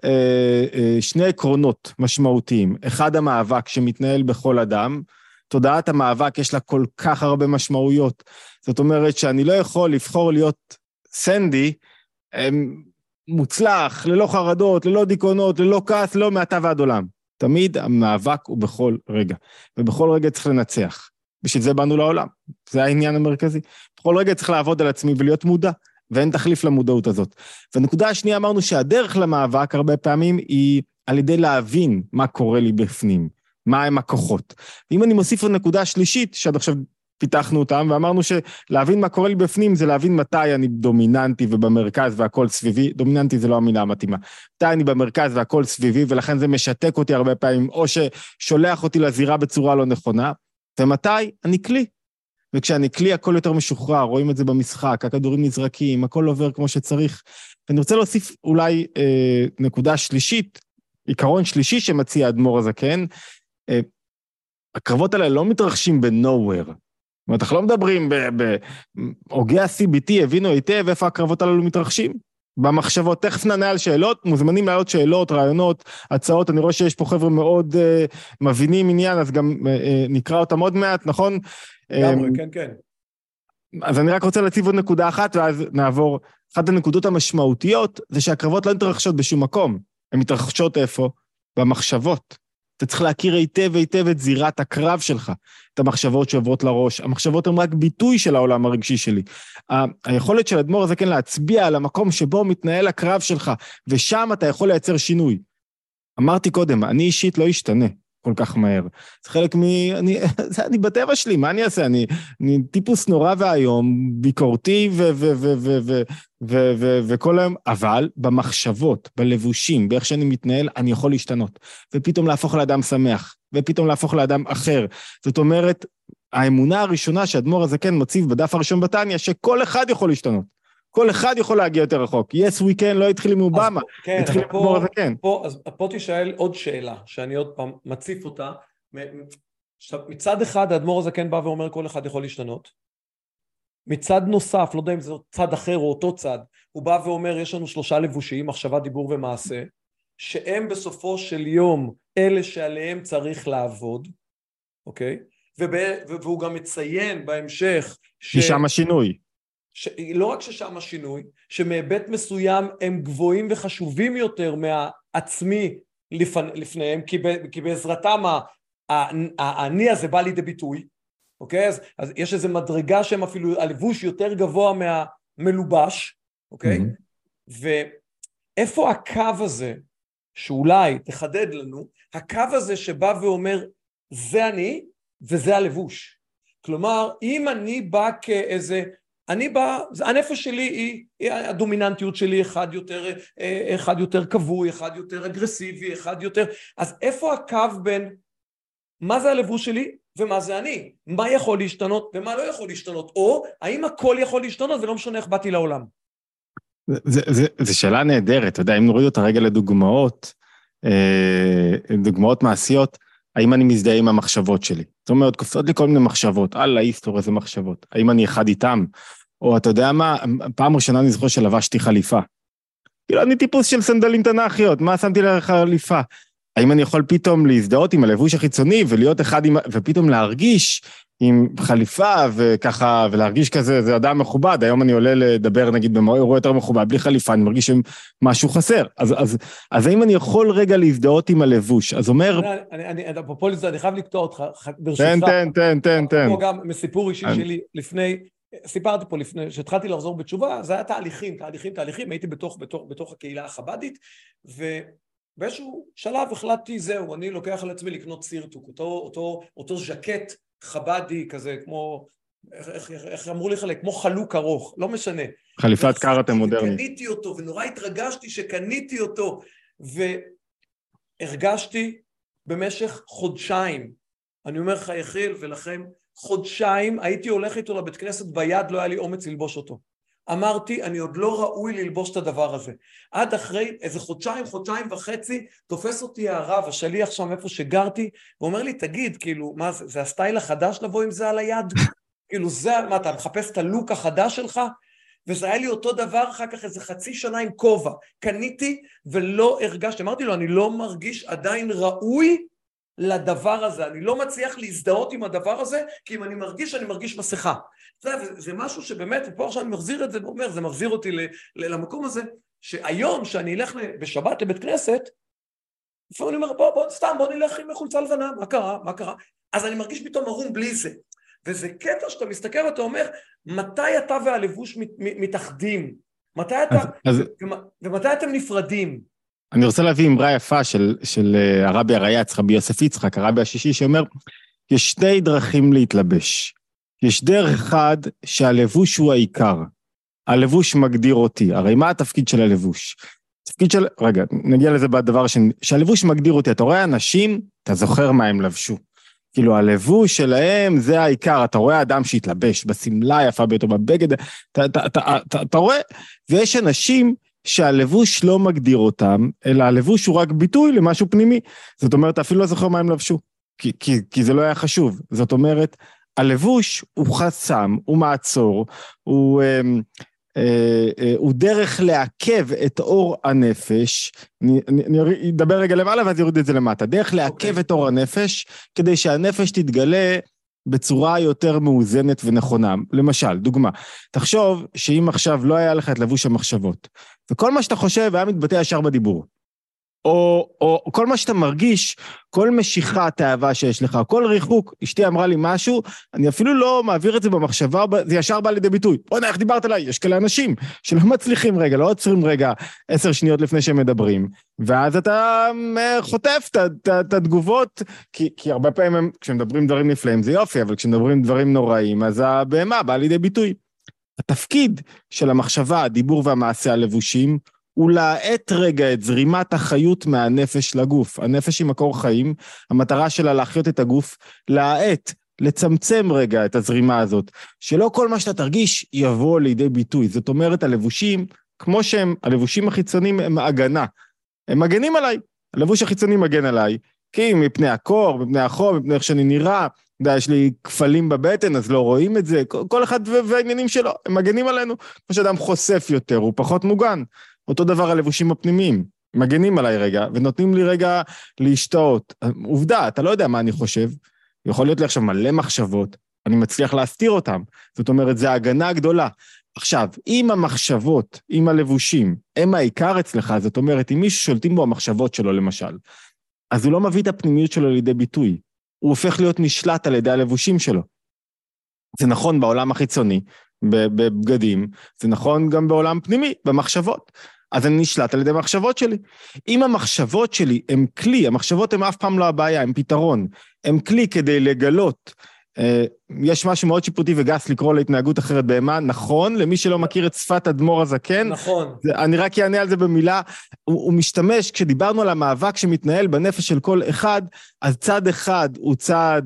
אה, אה, שני עקרונות משמעותיים. אחד, המאבק שמתנהל בכל אדם. תודעת המאבק יש לה כל כך הרבה משמעויות. זאת אומרת שאני לא יכול לבחור להיות סנדי, אה, מוצלח, ללא חרדות, ללא דיכאונות, ללא כעס, לא מעתה ועד עולם. תמיד המאבק הוא בכל רגע. ובכל רגע צריך לנצח. בשביל זה באנו לעולם. זה העניין המרכזי. בכל רגע צריך לעבוד על עצמי ולהיות מודע. ואין תחליף למודעות הזאת. והנקודה השנייה אמרנו שהדרך למאבק הרבה פעמים היא על ידי להבין מה קורה לי בפנים, מה הם הכוחות. ואם אני מוסיף עוד נקודה שלישית, שעד עכשיו פיתחנו אותם, ואמרנו שלהבין מה קורה לי בפנים, זה להבין מתי אני דומיננטי ובמרכז והכל סביבי, דומיננטי זה לא המילה המתאימה, מתי אני במרכז והכל סביבי, ולכן זה משתק אותי הרבה פעמים, או ששולח אותי לזירה בצורה לא נכונה, ומתי אני כלי. וכשאני כלי, הכל יותר משוחרר, רואים את זה במשחק, הכדורים נזרקים, הכל עובר כמו שצריך. ואני רוצה להוסיף אולי אה, נקודה שלישית, עיקרון שלישי שמציע אדמו"ר הזקן, אה, הקרבות האלה לא מתרחשים ב-nowhere. זאת אומרת, אנחנו לא מדברים בהוגי ה-סי בי טי, הבינו היטב איפה הקרבות האלו מתרחשים. במחשבות, תכף נענה על שאלות, מוזמנים לעלות שאלות, רעיונות, הצעות, אני רואה שיש פה חבר'ה מאוד uh, מבינים עניין, אז גם uh, uh, נקרא אותם עוד מעט, נכון? גמרי, כן, כן. אז אני רק רוצה להציב עוד נקודה אחת, ואז נעבור. אחת הנקודות המשמעותיות, זה שהקרבות לא מתרחשות בשום מקום. הן מתרחשות איפה? במחשבות. אתה צריך להכיר היטב היטב את זירת הקרב שלך, את המחשבות שעוברות לראש. המחשבות הן רק ביטוי של העולם הרגשי שלי. ה- היכולת של אדמו"ר הזקן להצביע על המקום שבו מתנהל הקרב שלך, ושם אתה יכול לייצר שינוי. אמרתי קודם, אני אישית לא אשתנה כל כך מהר. זה חלק מ... אני, זה אני בטבע שלי, מה אני אעשה? אני, אני טיפוס נורא והיום, ביקורתי ו... ו... ו... ו... ו... ו- ו- וכל היום, אבל במחשבות, בלבושים, באיך שאני מתנהל, אני יכול להשתנות, ופתאום להפוך לאדם שמח, ופתאום להפוך לאדם אחר. זאת אומרת, האמונה הראשונה שאדמו"ר הזקן מציב בדף הראשון בתניא, שכל אחד יכול להשתנות, כל אחד יכול להגיע יותר רחוק. Yes we can, לא התחיל עם אובמה, כן, התחיל עם אדמו"ר הזקן. פה, אז פה תשאל עוד שאלה, שאני עוד פעם מציף אותה. מצד אחד, האדמו"ר הזקן בא ואומר, כל אחד יכול להשתנות. מצד נוסף, לא יודע אם זה צד אחר או אותו צד, הוא בא ואומר, יש לנו שלושה לבושים, מחשבה, דיבור ומעשה, שהם בסופו של יום אלה שעליהם צריך לעבוד, אוקיי? והוא גם מציין בהמשך ש... כי שם השינוי. ש... לא רק ששם השינוי, שמהיבט מסוים הם גבוהים וחשובים יותר מהעצמי לפ... לפניהם, כי, ב... כי בעזרתם האני הזה בא לידי ביטוי, אוקיי? אז, אז יש איזו מדרגה שהם אפילו הלבוש יותר גבוה מהמלובש, אוקיי? Mm-hmm. ואיפה הקו הזה, שאולי תחדד לנו, הקו הזה שבא ואומר, זה אני וזה הלבוש. כלומר, אם אני בא כאיזה, אני בא, הנפש שלי היא, היא הדומיננטיות שלי, אחד יותר, אחד יותר קבוי, אחד יותר אגרסיבי, אחד יותר, אז איפה הקו בין, מה זה הלבוש שלי? ומה זה אני? מה יכול להשתנות ומה לא יכול להשתנות? או האם הכל יכול להשתנות ולא משנה איך באתי לעולם? זה, זה, זה שאלה נהדרת, אתה יודע, אם נוריד אותה רגע לדוגמאות, דוגמאות מעשיות, האם אני מזדהה עם המחשבות שלי? זאת אומרת, קופצות לי כל מיני מחשבות, אללה איסטור איזה מחשבות, האם אני אחד איתם? או אתה יודע מה, פעם ראשונה אני זוכר שלבשתי חליפה. כאילו אני טיפוס של סנדלים תנ"כיות, מה שמתי לך חליפה? האם אני יכול פתאום להזדהות עם הלבוש החיצוני ולהיות אחד עם, ופתאום להרגיש עם חליפה וככה, ולהרגיש כזה, זה אדם מכובד, היום אני עולה לדבר נגיד במאור יותר מכובד, בלי חליפה, אני מרגיש שמשהו חסר, אז, אז, אז האם אני יכול רגע להזדהות עם הלבוש, אז אומר... אני, אני, אני, פופוליס, אני חייב לקטוע אותך, ברשותך. תן, תן, תן, תן, תן. כמו גם מסיפור אישי שלי לפני, סיפרתי פה לפני, שהתחלתי לחזור בתשובה, זה היה תהליכים, תהליכים, תהליכים, הייתי בתוך, בתוך, בתוך הקהילה החבדית, ו... באיזשהו שלב החלטתי, זהו, אני לוקח על עצמי לקנות סירטוק, אותו, אותו, אותו ז'קט חבדי כזה, כמו, איך, איך, איך אמרו לי חלק, כמו חלוק ארוך, לא משנה. חליפת קארטה מודרנית. וקניתי אותו, ונורא התרגשתי שקניתי אותו, והרגשתי במשך חודשיים, אני אומר לך יחיל ולכם, חודשיים הייתי הולך איתו לבית כנסת ביד, לא היה לי אומץ ללבוש אותו. אמרתי, אני עוד לא ראוי ללבוש את הדבר הזה. עד אחרי איזה חודשיים, חודשיים וחצי, תופס אותי הרב, השליח שם איפה שגרתי, ואומר לי, תגיד, כאילו, מה זה, זה הסטייל החדש לבוא עם זה על היד? כאילו, זה, מה, אתה מחפש את הלוק החדש שלך? וזה היה לי אותו דבר, אחר כך איזה חצי שנה עם כובע. קניתי ולא הרגשתי, אמרתי לו, אני לא מרגיש עדיין ראוי לדבר הזה, אני לא מצליח להזדהות עם הדבר הזה, כי אם אני מרגיש, אני מרגיש מסכה. זה, זה משהו שבאמת, פה עכשיו אני מחזיר את זה ואומר, זה מחזיר אותי ל, ל, למקום הזה, שהיום שאני אלך בשבת לבית כנסת, לפעמים אני אומר, בוא, בוא, סתם, בוא נלך עם חולצה לבנה, מה קרה, מה קרה? אז אני מרגיש פתאום ערום בלי זה. וזה קטע שאתה מסתכל ואתה אומר, מתי אתה והלבוש מת, מתאחדים? מתי אתה, אז, ו, אז... ומתי אתם נפרדים? אני רוצה להביא אמרה יפה של, של הרבי הרייץ, רבי יוסף יצחק, הרבי השישי, שאומר, יש שתי דרכים להתלבש. יש דרך אחד שהלבוש הוא העיקר. הלבוש מגדיר אותי. הרי מה התפקיד של הלבוש? התפקיד של, רגע, נגיע לזה בדבר השני, שהלבוש מגדיר אותי. אתה רואה אנשים, אתה זוכר מה הם לבשו. כאילו הלבוש שלהם זה העיקר. אתה רואה אדם שהתלבש בסמלה יפה ביותר, בבגד, אתה, אתה, אתה, אתה, אתה רואה, ויש אנשים שהלבוש לא מגדיר אותם, אלא הלבוש הוא רק ביטוי למשהו פנימי. זאת אומרת, אפילו לא זוכר מה הם לבשו, כי, כי, כי זה לא היה חשוב. זאת אומרת, הלבוש הוא חסם, הוא מעצור, הוא, אה, אה, אה, הוא דרך לעכב את אור הנפש, אני, אני, אני אדבר רגע למעלה ואז יוריד את זה למטה, דרך לעכב okay. את אור הנפש, כדי שהנפש תתגלה בצורה יותר מאוזנת ונכונה. למשל, דוגמה, תחשוב שאם עכשיו לא היה לך את לבוש המחשבות, וכל מה שאתה חושב היה מתבטא ישר בדיבור, או, או כל מה שאתה מרגיש, כל משיכה, תאווה שיש לך, כל ריחוק, אשתי אמרה לי משהו, אני אפילו לא מעביר את זה במחשבה, זה ישר בא לידי ביטוי. בוא נה, איך דיברת עליי? יש כאלה אנשים שלא מצליחים רגע, לא עוצרים רגע עשר שניות לפני שהם מדברים, ואז אתה חוטף את התגובות, כי, כי הרבה פעמים הם, כשמדברים דברים נפלאים זה יופי, אבל כשמדברים דברים נוראים, אז הבהמה בא לידי ביטוי. התפקיד של המחשבה, הדיבור והמעשה הלבושים, הוא להעט רגע את זרימת החיות מהנפש לגוף. הנפש היא מקור חיים, המטרה שלה להחיות את הגוף, להעט, לצמצם רגע את הזרימה הזאת, שלא כל מה שאתה תרגיש יבוא לידי ביטוי. זאת אומרת, הלבושים, כמו שהם, הלבושים החיצוניים הם הגנה, הם מגנים עליי, הלבוש החיצוני מגן עליי, כי מפני הקור, מפני החום, מפני איך שאני נראה, יש לי כפלים בבטן, אז לא רואים את זה, כל אחד והעניינים שלו, הם מגנים עלינו, כמו שאדם חושף יותר, הוא פחות מוגן. אותו דבר הלבושים הפנימיים, מגנים עליי רגע, ונותנים לי רגע להשתאות. עובדה, אתה לא יודע מה אני חושב, יכול להיות לי עכשיו מלא מחשבות, אני מצליח להסתיר אותם, זאת אומרת, זה ההגנה הגדולה. עכשיו, אם המחשבות, אם הלבושים, הם העיקר אצלך, זאת אומרת, אם מישהו שולטים בו המחשבות שלו למשל, אז הוא לא מביא את הפנימיות שלו לידי ביטוי, הוא הופך להיות נשלט על ידי הלבושים שלו. זה נכון בעולם החיצוני, בבגדים, זה נכון גם בעולם פנימי, במחשבות. אז אני נשלט על ידי המחשבות שלי. אם המחשבות שלי הם כלי, המחשבות הם אף פעם לא הבעיה, הם פתרון, הם כלי כדי לגלות, אה, יש משהו מאוד שיפוטי וגס לקרוא להתנהגות אחרת בהמה, נכון, למי שלא מכיר את שפת אדמו"ר הזקן, נכון. זה, אני רק אענה על זה במילה, הוא, הוא משתמש, כשדיברנו על המאבק שמתנהל בנפש של כל אחד, אז צד אחד הוא צד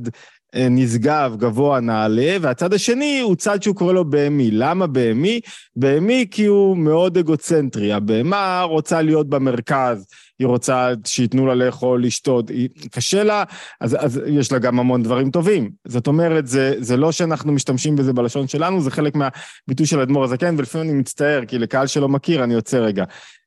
נשגב, גבוה, נעלה, והצד השני הוא צד שהוא קורא לו בהמי. למה בהמי? בהמי כי הוא מאוד אגוצנטרי. הבהמה רוצה להיות במרכז, היא רוצה שיתנו לה לאכול, לשתות, היא קשה לה, אז, אז יש לה גם המון דברים טובים. זאת אומרת, זה, זה לא שאנחנו משתמשים בזה בלשון שלנו, זה חלק מהביטוי של אדמו"ר הזקן, ולפעמים אני מצטער, כי לקהל שלא מכיר, אני יוצא רגע.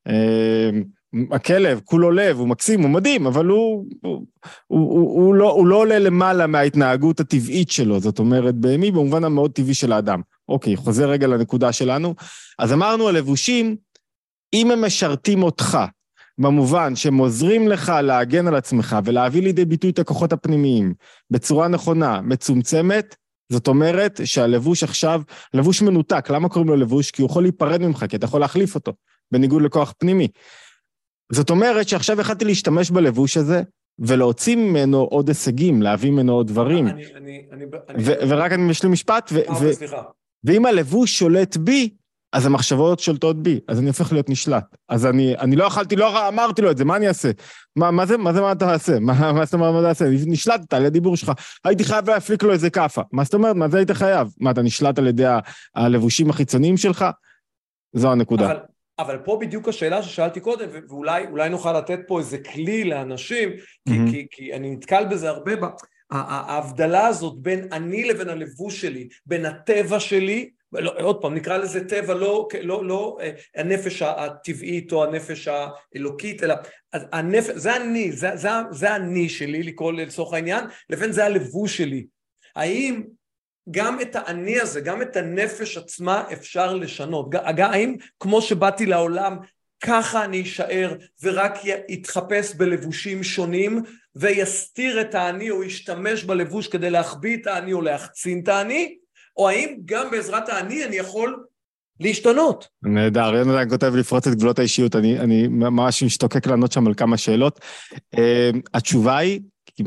הכלב, כולו לב, הוא מקסים, הוא מדהים, אבל הוא, הוא, הוא, הוא, הוא, לא, הוא לא עולה למעלה מההתנהגות הטבעית שלו, זאת אומרת, בהמי במובן המאוד טבעי של האדם. אוקיי, חוזר רגע לנקודה שלנו. אז אמרנו, הלבושים, אם הם משרתים אותך, במובן שהם עוזרים לך להגן על עצמך, ולהביא לידי ביטוי את הכוחות הפנימיים, בצורה נכונה, מצומצמת, זאת אומרת שהלבוש עכשיו, לבוש מנותק, למה קוראים לו לבוש? כי הוא יכול להיפרד ממך, כי אתה יכול להחליף אותו, בניגוד לכוח פנימי. זאת אומרת שעכשיו יכלתי להשתמש בלבוש הזה, ולהוציא ממנו עוד הישגים, להביא ממנו עוד דברים. אני, אני, אני, ו- אני... ורק אני משלים משפט, ו- אה, ו- סליחה. ואם הלבוש שולט בי, אז המחשבות שולטות בי, אז אני הופך להיות נשלט. אז אני, אני לא אכלתי, לא אמרתי לו את זה, מה אני אעשה? מה, מה זה, מה זה, מה אתה עושה? מה, מה זאת אומרת, מה אתה עושה? נשלטת על הדיבור שלך, הייתי חייב להפליק לו איזה קפה. מה זאת אומרת, מה זה היית חייב? מה, אתה נשלט על ידי הלבושים החיצוניים שלך? זו הנקודה. אבל... אבל פה בדיוק השאלה ששאלתי קודם, ואולי אולי נוכל לתת פה איזה כלי לאנשים, כי, mm-hmm. כי, כי אני נתקל בזה הרבה, בה, ההבדלה הזאת בין אני לבין הלבוש שלי, בין הטבע שלי, לא, עוד פעם נקרא לזה טבע, לא, לא, לא הנפש הטבעית או הנפש האלוקית, אלא הנפש, זה אני, זה, זה, זה אני שלי, לקרוא לצורך העניין, לבין זה הלבוש שלי. האם גם את האני הזה, גם את הנפש עצמה אפשר לשנות? האם כמו שבאתי לעולם ככה אני אשאר ורק יתחפש בלבושים שונים ויסתיר את העני או ישתמש בלבוש כדי להחביא את העני או להחצין את העני, או האם גם בעזרת העני אני יכול להשתנות? נהדר, יונתן כותב לפרוץ את גבולות האישיות, אני, אני ממש משתוקק לענות שם על כמה שאלות. התשובה היא,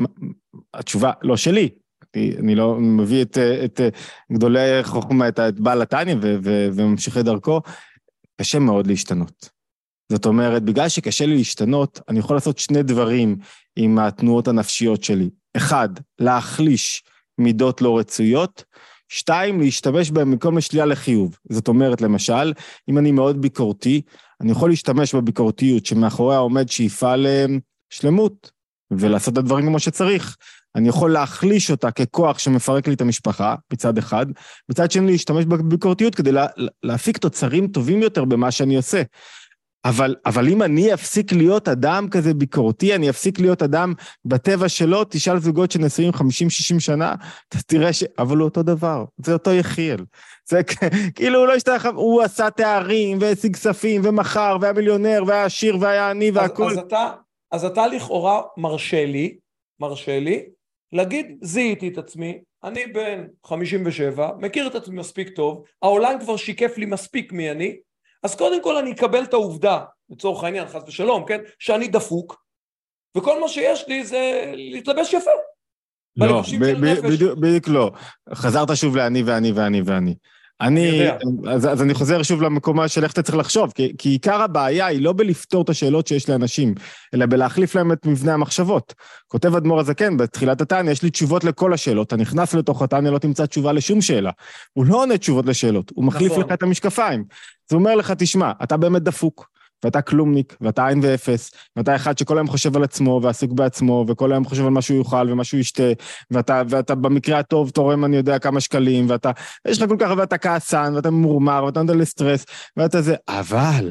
התשובה לא שלי, אני לא מביא את, את גדולי חוכמה, את, את בעל התניא וממשיכי דרכו, קשה מאוד להשתנות. זאת אומרת, בגלל שקשה לי להשתנות, אני יכול לעשות שני דברים עם התנועות הנפשיות שלי. אחד, להחליש מידות לא רצויות, שתיים, להשתמש בהם מכל משלייה לחיוב. זאת אומרת, למשל, אם אני מאוד ביקורתי, אני יכול להשתמש בביקורתיות שמאחוריה עומד שאיפה לשלמות, ולעשות את הדברים כמו שצריך. אני יכול להחליש אותה ככוח שמפרק לי את המשפחה, בצד אחד, בצד שני להשתמש בביקורתיות כדי לה, להפיק תוצרים טובים יותר במה שאני עושה. אבל, אבל אם אני אפסיק להיות אדם כזה ביקורתי, אני אפסיק להיות אדם בטבע שלו, תשאל זוגות שנשואים חמישים שישים שנה, תראה ש... אבל הוא אותו דבר, זה אותו יחיאל. זה כאילו הוא לא השתלח, הוא עשה תארים והשיג כספים ומחר, והיה מיליונר, והיה עשיר, והיה עני והכל. אז, אז, אתה, אז אתה לכאורה מרשה לי, מרשה לי, להגיד, זיהיתי את עצמי, אני בן חמישים ושבע, מכיר את עצמי מספיק טוב, העולם כבר שיקף לי מספיק מי אני, אז קודם כל אני אקבל את העובדה, לצורך העניין, חס ושלום, כן? שאני דפוק, וכל מה שיש לי זה להתלבש יפה. לא, בדיוק לא. חזרת שוב לאני ואני ואני ואני. אני, אז, אז אני חוזר שוב למקומה של איך אתה צריך לחשוב, כי, כי עיקר הבעיה היא לא בלפתור את השאלות שיש לאנשים, אלא בלהחליף להם את מבנה המחשבות. כותב אדמו"ר הזקן, בתחילת התניא, יש לי תשובות לכל השאלות, אתה נכנס לתוך התניא, לא תמצא תשובה לשום שאלה. הוא לא עונה תשובות לשאלות, הוא מחליף נכון. לך את המשקפיים. זה אומר לך, תשמע, אתה באמת דפוק, ואתה כלומניק, ואתה עין ואפס, ואתה אחד שכל היום חושב על עצמו, ועסוק בעצמו, וכל היום חושב על מה שהוא יאכל, ומה שהוא ישתה, ואתה, ואתה במקרה הטוב תורם, אני יודע, כמה שקלים, ואתה, יש לך כל כך, ואתה כעסן, ואתה מורמר, ואתה נותן לסטרס, ואתה זה, אבל,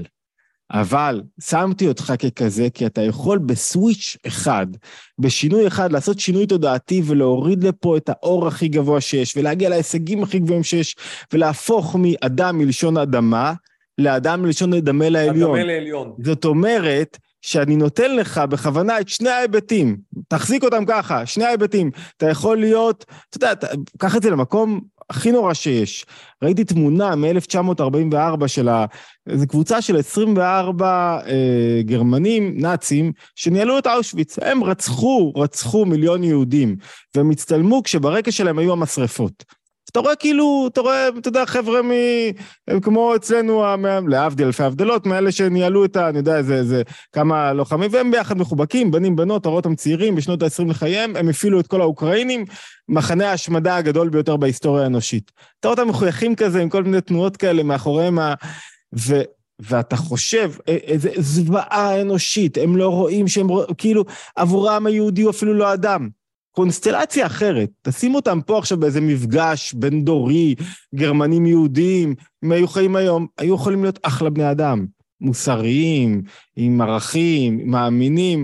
אבל, שמתי אותך ככזה, כי אתה יכול בסוויץ' אחד, בשינוי אחד, לעשות שינוי תודעתי, ולהוריד לפה את האור הכי גבוה שיש, ולהגיע להישגים הכי גבוהים שיש, ולהפוך מאדם מלשון אדמה, לאדם מלשון דמה לעליון. לעליון. זאת אומרת, שאני נותן לך בכוונה את שני ההיבטים, תחזיק אותם ככה, שני ההיבטים, אתה יכול להיות, אתה יודע, קח את זה למקום הכי נורא שיש. ראיתי תמונה מ-אלף תשע מאות ארבעים וארבע של ה... זו קבוצה של עשרים וארבע אה, גרמנים, נאצים, שניהלו את אושוויץ. הם רצחו, רצחו מיליון יהודים, והם הצטלמו כשברקע שלהם היו המשרפות. אתה רואה כאילו, אתה רואה, אתה יודע, חבר'ה מ... הם כמו אצלנו, להבדיל אלפי הבדלות, מאלה שניהלו את ה... אני יודע, זה, זה כמה לוחמים, והם ביחד מחובקים, בנים, בנות, אתה רואה אותם צעירים, בשנות ה-עשרים לחייהם, הם הפעילו את כל האוקראינים, מחנה ההשמדה הגדול ביותר בהיסטוריה האנושית. אתה רואה אותם מחויכים כזה, עם כל מיני תנועות כאלה, מאחוריהם ה... ו... ואתה חושב, איזה זוועה אנושית, הם לא רואים שהם, כאילו, עבורם היהודי הוא אפילו לא אדם. קונסטלציה אחרת, תשים אותם פה עכשיו באיזה מפגש בין דורי, גרמנים יהודים, אם היו חיים היום, היו יכולים להיות אחלה בני אדם, מוסריים, עם ערכים, מאמינים.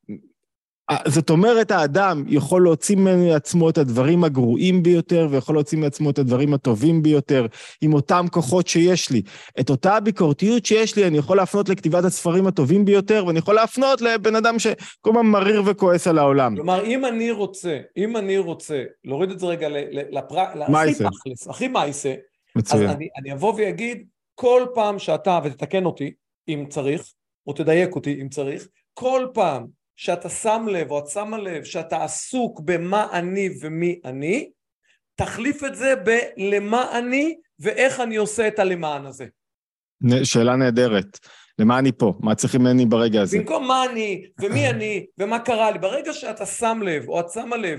זאת אומרת, האדם יכול להוציא מעצמו את הדברים הגרועים ביותר, ויכול להוציא מעצמו את הדברים הטובים ביותר, עם אותם כוחות שיש לי. את אותה הביקורתיות שיש לי, אני יכול להפנות לכתיבת הספרים הטובים ביותר, ואני יכול להפנות לבן אדם שכל מה מריר וכועס על העולם. כלומר, אם אני רוצה, אם אני רוצה, להוריד את זה רגע לפרק, הכי תכלס, הכי מייסה, אז אני, אני אבוא ויגיד, כל פעם שאתה, ותתקן אותי, אם צריך, או תדייק אותי, אם צריך, כל פעם, שאתה שם לב או את שמה לב שאתה עסוק במה אני ומי אני, תחליף את זה בלמה אני ואיך אני עושה את הלמען הזה. שאלה נהדרת. למה אני פה? מה צריכים ממני ברגע הזה? במקום מה אני ומי אני ומה קרה לי, ברגע שאתה שם לב או את שמה לב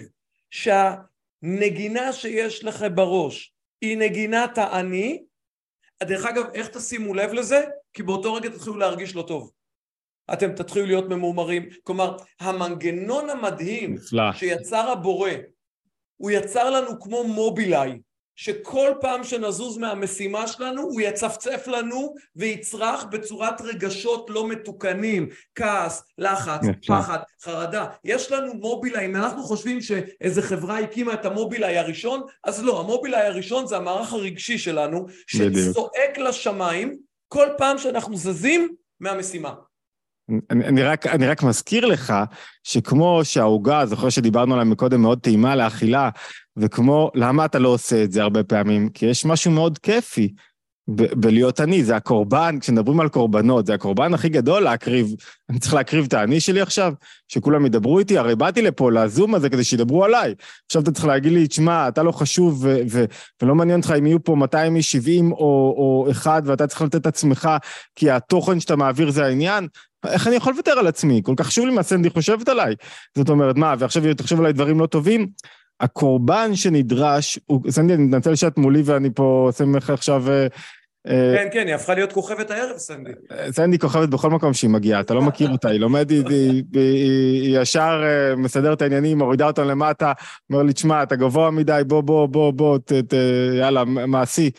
שהנגינה שיש לך בראש היא נגינת האני, דרך אגב, איך תשימו לב לזה? כי באותו רגע תתחילו להרגיש לא טוב. אתם תתחילו להיות ממומרים, כלומר, המנגנון המדהים נפלא. שיצר הבורא, הוא יצר לנו כמו מובילאי, שכל פעם שנזוז מהמשימה שלנו, הוא יצפצף לנו ויצרח בצורת רגשות לא מתוקנים, כעס, לחץ, נפלא. פחד, חרדה. יש לנו מובילאי, אם אנחנו חושבים שאיזה חברה הקימה את המובילאי הראשון, אז לא, המובילאי הראשון זה המערך הרגשי שלנו, שצועק לשמיים, כל פעם שאנחנו זזים, מהמשימה. אני, אני, רק, אני רק מזכיר לך שכמו שההוגה, זוכר שדיברנו עליה מקודם, מאוד טעימה לאכילה, וכמו, למה אתה לא עושה את זה הרבה פעמים? כי יש משהו מאוד כיפי ב- בלהיות אני, זה הקורבן, כשנדברים על קורבנות, זה הקורבן הכי גדול להקריב, אני צריך להקריב את האני שלי עכשיו, שכולם ידברו איתי, הרי באתי לפה, לזום הזה, כדי שידברו עליי, עכשיו אתה צריך להגיד לי, תשמע, אתה לא חשוב, ו- ו- ולא מעניין אותך אם יהיו פה מאתיים שבעים או, או אחד, ואתה צריך לתת את עצמך, כי התוכן שאתה מעביר זה העניין, איך אני יכול לוותר על עצמי? כל כך חשוב לי מה סנדי חושבת עליי. זאת אומרת, מה, ועכשיו תחשוב עליי דברים לא טובים? הקורבן שנדרש, הוא, סנדי, אני מתנצל שאת מולי ואני פה עושה ממך עכשיו... כן, כן, היא הפכה להיות כוכבת הערב, סנדי. סנדי כוכבת בכל מקום שהיא מגיעה, אתה לא מכיר אותה, היא לומדת, היא ישר מסדר את העניינים, מורידה אותם למטה, אומר לי, תשמע, אתה גבוה מדי, בוא, בוא, בוא, בוא, יאללה, מעשי.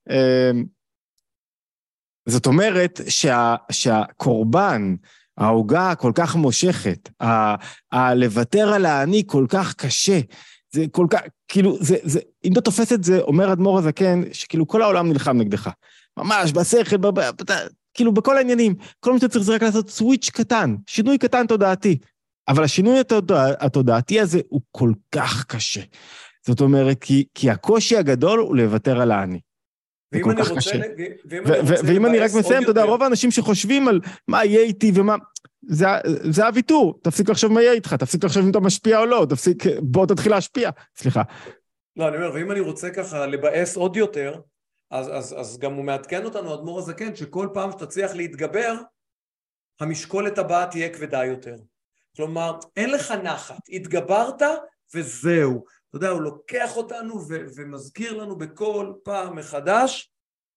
זאת אומרת שה, שהקורבן, ההוגה כל כך מושכת, ה, ה, לוותר על האני כל כך קשה, זה כל כך, כאילו, זה, זה, אם אתה תופס את זה, אומר אדמו"ר הזקן, שכאילו כל העולם נלחם נגדך, ממש, בשכל, בב, כאילו בכל העניינים, כל מה שאתה צריך זה רק לעשות סוויץ' קטן, שינוי קטן תודעתי, אבל השינוי התודע, התודעתי הזה הוא כל כך קשה, זאת אומרת, כי, כי הקושי הגדול הוא לוותר על האני. ואם אני רוצה... ואם אני רק מסיים, אתה יודע, רוב האנשים שחושבים על מה יהיה איתי ומה... זה הוויתור, תפסיק לחשוב מה יהיה איתך, תפסיק לחשוב אם אתה משפיע או לא, תפסיק, בוא תתחיל להשפיע, סליחה. לא, אני אומר, ואם אני רוצה ככה לבאס עוד יותר, אז גם הוא מעדכן אותנו, אדמו"ר הזקן, שכל פעם שתצליח להתגבר, המשקולת הבאה תהיה כבדה יותר. כלומר, אין לך נחת, התגברת וזהו. אתה יודע, הוא לוקח אותנו ו- ומזכיר לנו בכל פעם מחדש,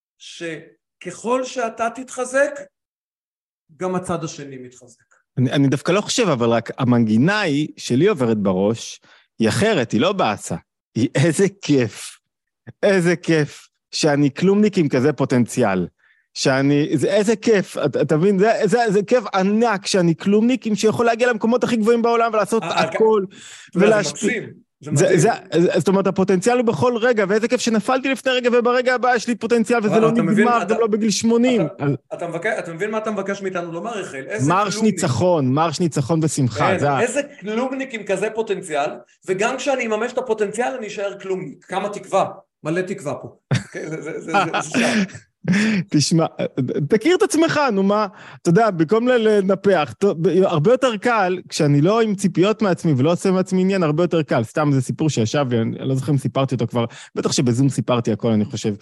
שככל שאתה תתחזק, גם הצד השני מתחזק. אני, אני דווקא לא חושב, אבל רק המנגינה היא שלי עוברת בראש, היא אחרת, היא לא בעצה. היא איזה כיף, איזה כיף, שאני כלומניק עם כזה פוטנציאל. שאני, זה איזה כיף, אתה, אתה מבין, זה, זה, זה כיף ענק שאני כלומניק, שיכול להגיע למקומות הכי גבוהים בעולם, ולעשות הכל, ולהשפיע. זה, זה, זאת אומרת, הפוטנציאל הוא בכל רגע, ואיזה כיף שנפלתי לפני רגע, וברגע הבא יש לי פוטנציאל, וזה לא נגמר, גם לא בגיל שמונים. אתה מבין מה אתה מבקש מאיתנו לומר, רחל? מרש ניצחון, מרש ניצחון ושמחה. איזה כלומניק עם כזה פוטנציאל, וגם כשאני אממש את הפוטנציאל, אני אשאר כלומניק. כמה תקווה, מלא תקווה פה. זה שם. תשמע, תכיר את עצמך, נו מה, אתה יודע, במקום לנפח, הרבה יותר קל, כשאני לא עם ציפיות מעצמי ולא עושה מעצמי עניין, הרבה יותר קל, סתם זה סיפור שישב, ואני לא זוכר אם סיפרתי אותו כבר, בטח שבזום סיפרתי הכל, אני חושב.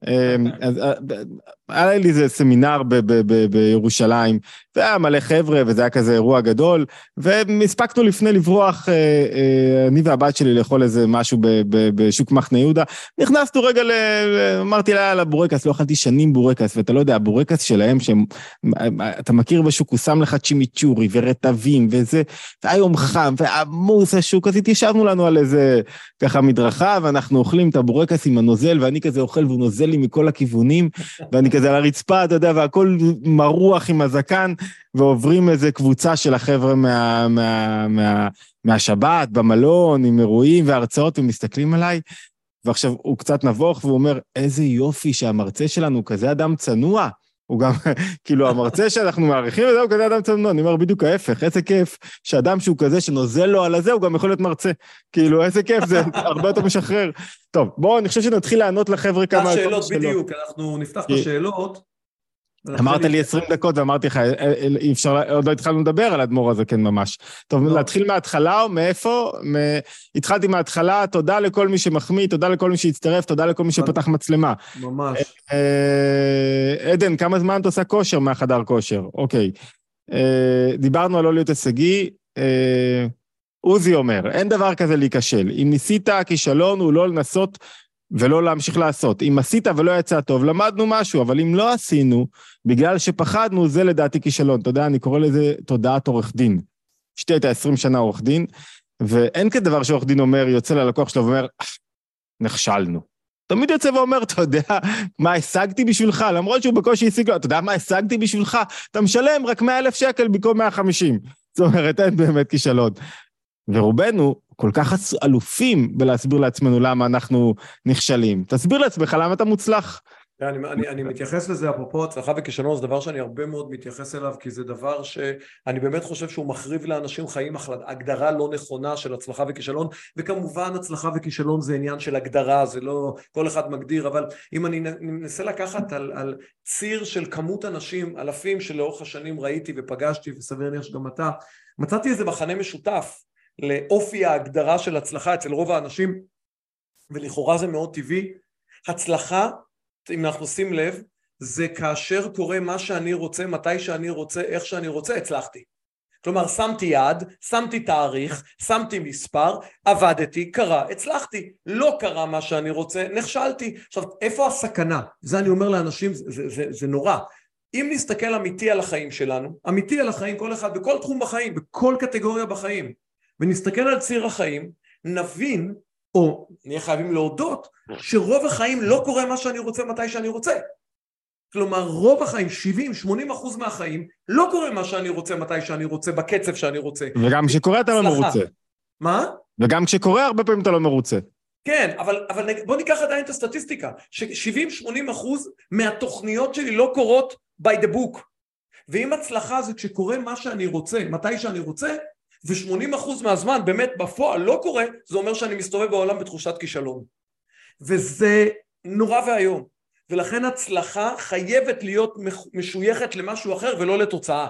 אז היה לי איזה סמינר בירושלים, והיה מלא חבר'ה, וזה היה כזה אירוע גדול, והספקנו לפני לברוח, אני והבת שלי לאכול איזה משהו בשוק מחנה יהודה, נכנסנו רגע, אמרתי לה על הבורקס, לא אכלתי שנים בורקס, ואתה לא יודע, הבורקס שלהם, אתה מכיר בשוק, הוא שם לך צ'ימיצ'ורי ורטבים וזה, והיה יום חם, והמוס השוק, אז התיישבנו לנו על איזה ככה מדרכה, ואנחנו אוכלים את הבורקס עם הנוזל, ואני כזה אוכל והוא נוזל לי מכל הכיוונים, ואני כזה על הרצפה, אתה יודע, והכל מרוח עם הזקן, ועוברים איזה קבוצה של החבר'ה מה, מה, מה, מהשבת, במלון, עם אירועים והרצאות, ומסתכלים עליי, ועכשיו הוא קצת נבוך, והוא אומר, איזה יופי שהמרצה שלנו כזה אדם צנוע, הוא גם, כאילו, המרצה שאנחנו מעריכים, הוא כזה אדם צנוע, אני אומר בדיוק ההפך, איזה כיף שאדם שהוא כזה שנוזל לו על הזה, הוא גם יכול להיות מרצה, כאילו, איזה כיף, זה הרבה יותר משחרר. טוב, בואו, אני חושב שנתחיל לענות לחבר'ה כמה... שאלות, בדיוק, אנחנו נפתח את השאלות. אמרת לי עשרים דקות ואמרתי לך, אי אפשר, עוד לא התחלנו לדבר על אדמו"ר הזה, כן ממש. טוב, להתחיל מההתחלה או מאיפה? התחלתי מההתחלה, תודה לכל מי שמחמיא, תודה לכל מי שהצטרף, תודה לכל מי שפתח מצלמה. ממש. עדן, כמה זמן אתה עושה כושר מהחדר כושר? אוקיי. דיברנו על לא להיות הישגי, עוזי אומר, אין דבר כזה להיכשל. אם ניסית, הכישלון הוא לא לנסות ולא להמשיך לעשות. אם עשית ולא יצא טוב, למדנו משהו, אבל אם לא עשינו, בגלל שפחדנו, זה לדעתי כישלון. אתה יודע, אני קורא לזה תודעת עורך דין. אשתי הייתה עשרים שנה עורך דין, ואין כדבר שעורך דין אומר, יוצא ללקוח שלו ואומר, נכשלנו. תמיד יוצא ואומר, אתה יודע מה השגתי בשבילך, למרות שהוא בקושי השיג לו, אתה יודע מה השגתי בשבילך, אתה משלם רק מאה אלף שקל במקום מאה וחמישים. זאת אומרת, אין באמת כישלון. ורובנו כל כך אלופים בלהסביר לעצמנו למה אנחנו נכשלים. תסביר לעצמך למה אתה מוצלח. אני, אני, אני מתייחס לזה, אפרופו הצלחה וכישלון, זה דבר שאני הרבה מאוד מתייחס אליו, כי זה דבר שאני באמת חושב שהוא מחריב לאנשים חיים, הגדרה לא נכונה של הצלחה וכישלון, וכמובן הצלחה וכישלון זה עניין של הגדרה, זה לא כל אחד מגדיר, אבל אם אני מנסה לקחת על, על ציר של כמות אנשים, אלפים שלאורך השנים ראיתי ופגשתי, וסביר להניח שגם אתה, מצאתי איזה מחנה משותף לאופי ההגדרה של הצלחה אצל רוב האנשים, ולכאורה זה מאוד טבעי. הצלחה, אם אנחנו שים לב, זה כאשר קורה מה שאני רוצה, מתי שאני רוצה, איך שאני רוצה, הצלחתי. כלומר, שמתי יד, שמתי תאריך, שמתי מספר, עבדתי, קרה, הצלחתי. לא קרה מה שאני רוצה, נכשלתי. עכשיו, איפה הסכנה? זה אני אומר לאנשים, זה, זה, זה, זה נורא. אם נסתכל אמיתי על החיים שלנו, אמיתי על החיים, כל אחד, בכל תחום בחיים, בכל קטגוריה בחיים, ונסתכל על ציר החיים, נבין, או נהיה חייבים להודות, שרוב החיים לא קורה מה שאני רוצה מתי שאני רוצה. כלומר, רוב החיים, שבעים שמונים אחוז מהחיים, לא קורה מה שאני רוצה מתי שאני רוצה, בקצב שאני רוצה. וגם כשקורה אתה לא מרוצה. מה? וגם כשקורה הרבה פעמים אתה לא מרוצה. כן, אבל, אבל בוא ניקח עדיין את הסטטיסטיקה, ש-שבעים שמונים אחוז מהתוכניות שלי לא קורות by the book. ואם הצלחה זה כשקורה מה שאני רוצה, מתי שאני רוצה, ו-שמונים אחוז מהזמן באמת בפועל לא קורה, זה אומר שאני מסתובב בעולם בתחושת כישלון. וזה נורא והיום. ולכן הצלחה חייבת להיות משויכת למשהו אחר ולא לתוצאה.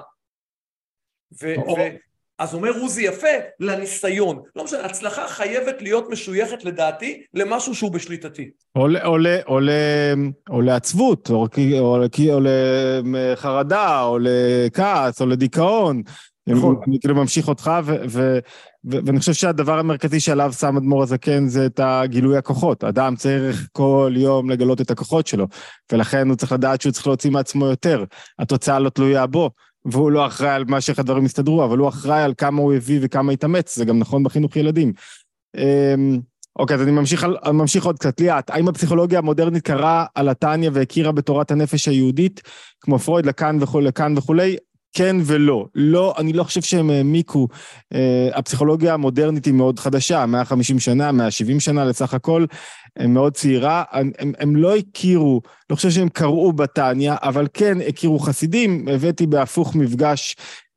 ו- ו- אז אומר עוזי יפה, לניסיון. לא משנה, הצלחה חייבת להיות משויכת לדעתי למשהו שהוא בשליטתי. או, או, או, או לעצבות, או, או, או לחרדה, או לכעס, או לדיכאון. נכון. אני כאילו ממשיך אותך, ו- ו- ו- ואני חושב שהדבר המרכזי שעליו שם אדמו"ר הזקן זה את הגילוי הכוחות. אדם צריך כל יום לגלות את הכוחות שלו, ולכן הוא צריך לדעת שהוא צריך להוציא מעצמו יותר. התוצאה לא תלויה בו, והוא לא אחראי על מה שאיך הדברים יסתדרו, אבל הוא אחראי על כמה הוא הביא וכמה יתאמץ, זה גם נכון בחינוך ילדים. אוקיי, אז אני ממשיך, אני ממשיך עוד קצת. ליאת, האם הפסיכולוגיה המודרנית קראה על התניא והכירה בתורת הנפש היהודית, כמו פרויד, לקאן וכו', לקאן וכולי? כן ולא. לא, אני לא חושב שהם העמיקו. הפסיכולוגיה המודרנית היא מאוד חדשה, מאה וחמישים שנה, מאה ושבעים שנה לסך הכל, הם מאוד צעירה, הם, הם, הם לא הכירו, לא חושב שהם קראו בתניא, אבל כן הכירו חסידים. הבאתי בהפוך מפגש